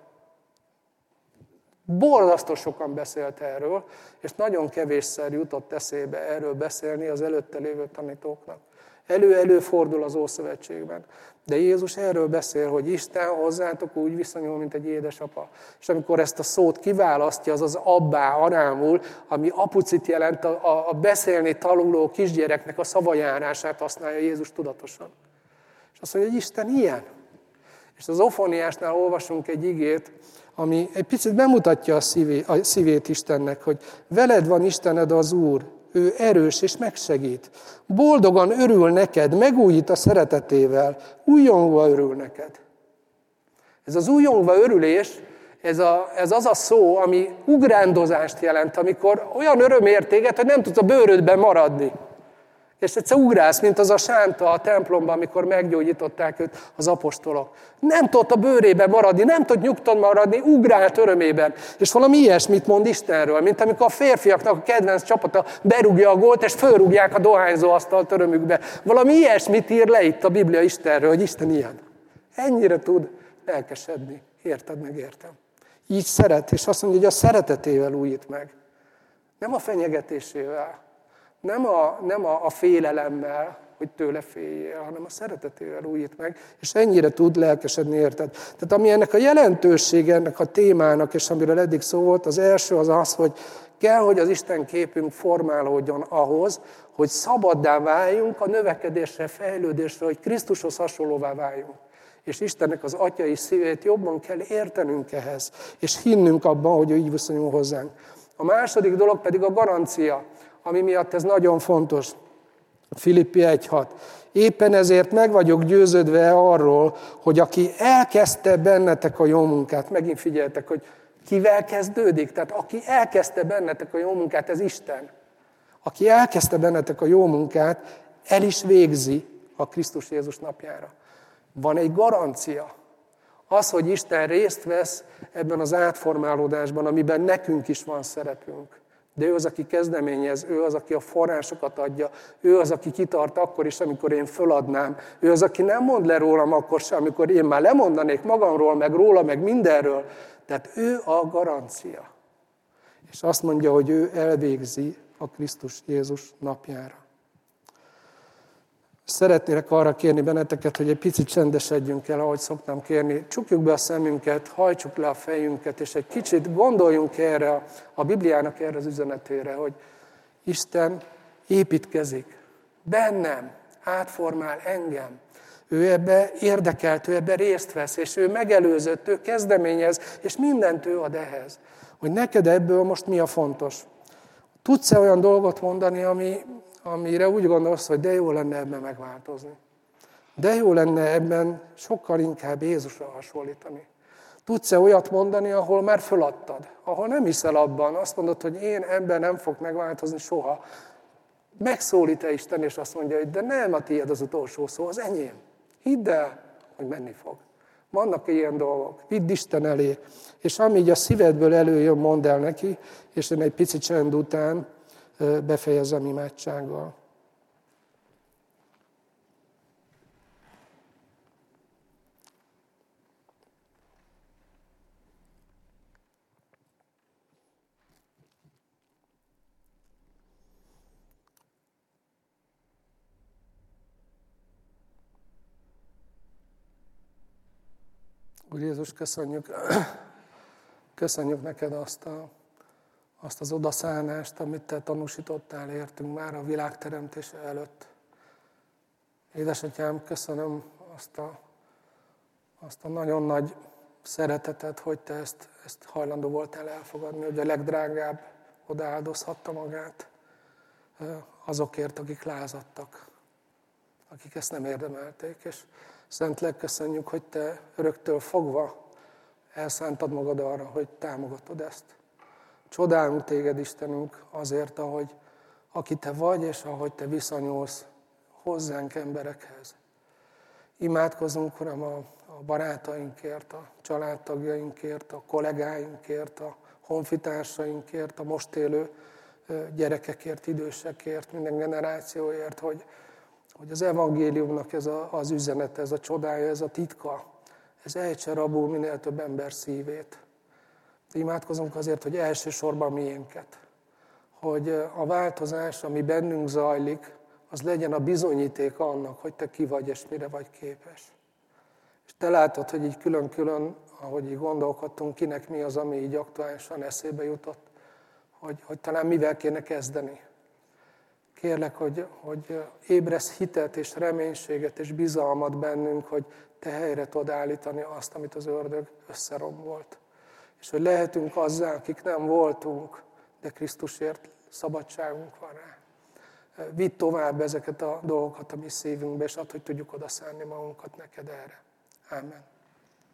Borzasztó sokan beszélt erről, és nagyon kevésszer jutott eszébe erről beszélni az előtte lévő tanítóknak. Előfordul az Ószövetségben. De Jézus erről beszél, hogy Isten hozzátok úgy viszonyul, mint egy édesapa. És amikor ezt a szót kiválasztja, az abbá arámul, ami apucit jelent, a beszélni tanuló kisgyereknek a szavajárását használja Jézus tudatosan. És azt mondja, hogy Isten ilyen. És az Zofóniásnál olvasunk egy igét, ami egy picit bemutatja a szívét Istennek, hogy veled van Istened az Úr, ő erős és megsegít. Boldogan örül neked, megújít a szeretetével, újongva örül neked. Ez az újongva örülés, ez az a szó, ami ugrándozást jelent, amikor olyan öröm ér téged, hogy nem tudsz a bőrödben maradni. És egyszer ugrálsz, mint az a sánta a templomban, amikor meggyógyították őt az apostolok. Nem tudott a bőrében maradni, nem tudott nyugton maradni, ugrált örömében. És valami ilyesmit mond Istenről, mint amikor a férfiaknak a kedvenc csapata berúgja a gólt, és fölrúgják a dohányzóasztalt örömükbe. Valami ilyesmit ír le itt a Biblia Istenről, hogy Isten ilyen. Ennyire tud lelkesedni. Érted, megértem. Így szeret, és azt mondja, hogy a szeretetével újít meg. Nem a fenyegetésével. Nem a félelemmel, hogy tőle féljél, hanem a szeretetével újít meg, és ennyire tud lelkesedni, érted? Tehát ami ennek a jelentősége, ennek a témának, és amiről eddig szó volt, az első az, hogy kell, hogy az Isten képünk formálódjon ahhoz, hogy szabaddá váljunk a növekedésre, fejlődésre, hogy Krisztushoz hasonlóvá váljunk. És Istennek az atyai szívét jobban kell értenünk ehhez, és hinnünk abban, hogy ő így viszonyul hozzánk. A második dolog pedig a garancia, ami miatt ez nagyon fontos. Filippi 1.6. Éppen ezért meg vagyok győződve arról, hogy aki elkezdte bennetek a jó munkát, megint figyeltek, hogy kivel kezdődik? Tehát aki elkezdte bennetek a jó munkát, ez Isten. Aki elkezdte bennetek a jó munkát, el is végzi a Krisztus Jézus napjára. Van egy garancia. Az, hogy Isten részt vesz ebben az átformálódásban, amiben nekünk is van szerepünk. De ő az, aki kezdeményez, ő az, aki a forrásokat adja, ő az, aki kitart akkor is, amikor én föladnám. Ő az, aki nem mond le rólam akkor sem, amikor én már lemondanék magamról, meg róla, meg mindenről. Tehát ő a garancia. És azt mondja, hogy ő elvégzi a Krisztus Jézus napjára. Szeretnélek arra kérni benneteket, hogy egy picit csendesedjünk el, ahogy szoktam kérni. Csukjuk be a szemünket, hajtsuk le a fejünket, és egy kicsit gondoljunk erre, a Bibliának erre az üzenetére, hogy Isten építkezik bennem, átformál engem. Ő ebbe érdekelt, ő ebbe részt vesz, és ő megelőzött, ő kezdeményez, és mindent ő ad ehhez. Hogy neked ebből most mi a fontos? Tudsz-e olyan dolgot mondani, amire úgy gondolsz, hogy de jó lenne ebben megváltozni? De jó lenne ebben sokkal inkább Jézusra hasonlítani. Tudsz-e olyat mondani, ahol már föladtad? Ahol nem hiszel abban, azt mondod, hogy én ebben nem fog megváltozni soha. Megszólít-e Isten, és azt mondja, hogy de nem a tiéd az utolsó szó, az enyém. Hidd el, hogy menni fog. Vannak ilyen dolgok, vidd Isten elé, és ami így a szívedből előjön, mondd el neki, és én egy pici csend után befejezem imádsággal. Úr Jézus, köszönjük neked azt az odaszállnást, amit te tanúsítottál értünk már a világ teremtése előtt. Édesatyám, köszönöm azt a nagyon nagy szeretetet, hogy te ezt hajlandó voltál elfogadni, hogy a legdrágább odaáldozhatta magát azokért, akik lázadtak, akik ezt nem érdemelték. És Szentlélek, köszönjük, hogy te öröktől fogva elszántad magad arra, hogy támogatod ezt. Csodálunk téged, Istenünk, azért, ahogy aki te vagy, és ahogy te viszonyulsz hozzánk emberekhez. Imádkozunk, Uram, a barátainkért, a családtagjainkért, a kollégáinkért, a honfitársainkért, a most élő gyerekekért, idősekért, minden generációért, hogy az evangéliumnak ez az üzenet, ez a csodája, ez a titka, ez ejtse rabul minél több ember szívét. Imádkozunk azért, hogy elsősorban miénket, hogy a változás, ami bennünk zajlik, az legyen a bizonyíték annak, hogy te ki vagy és mire vagy képes. És te látod, hogy így külön-külön, ahogy így gondolkodtunk, kinek mi az, ami így aktuálisan eszébe jutott, hogy talán mivel kéne kezdeni. Kérlek, hogy ébresz hitet és reménységet és bizalmat bennünk, hogy te helyre tudod állítani azt, amit az ördög összerombolt. És hogy lehetünk azzá, akik nem voltunk, de Krisztusért szabadságunk van rá. Vidd tovább ezeket a dolgokat a mi szívünkbe, és add, hogy tudjuk odaszánni magunkat neked erre. Ámen.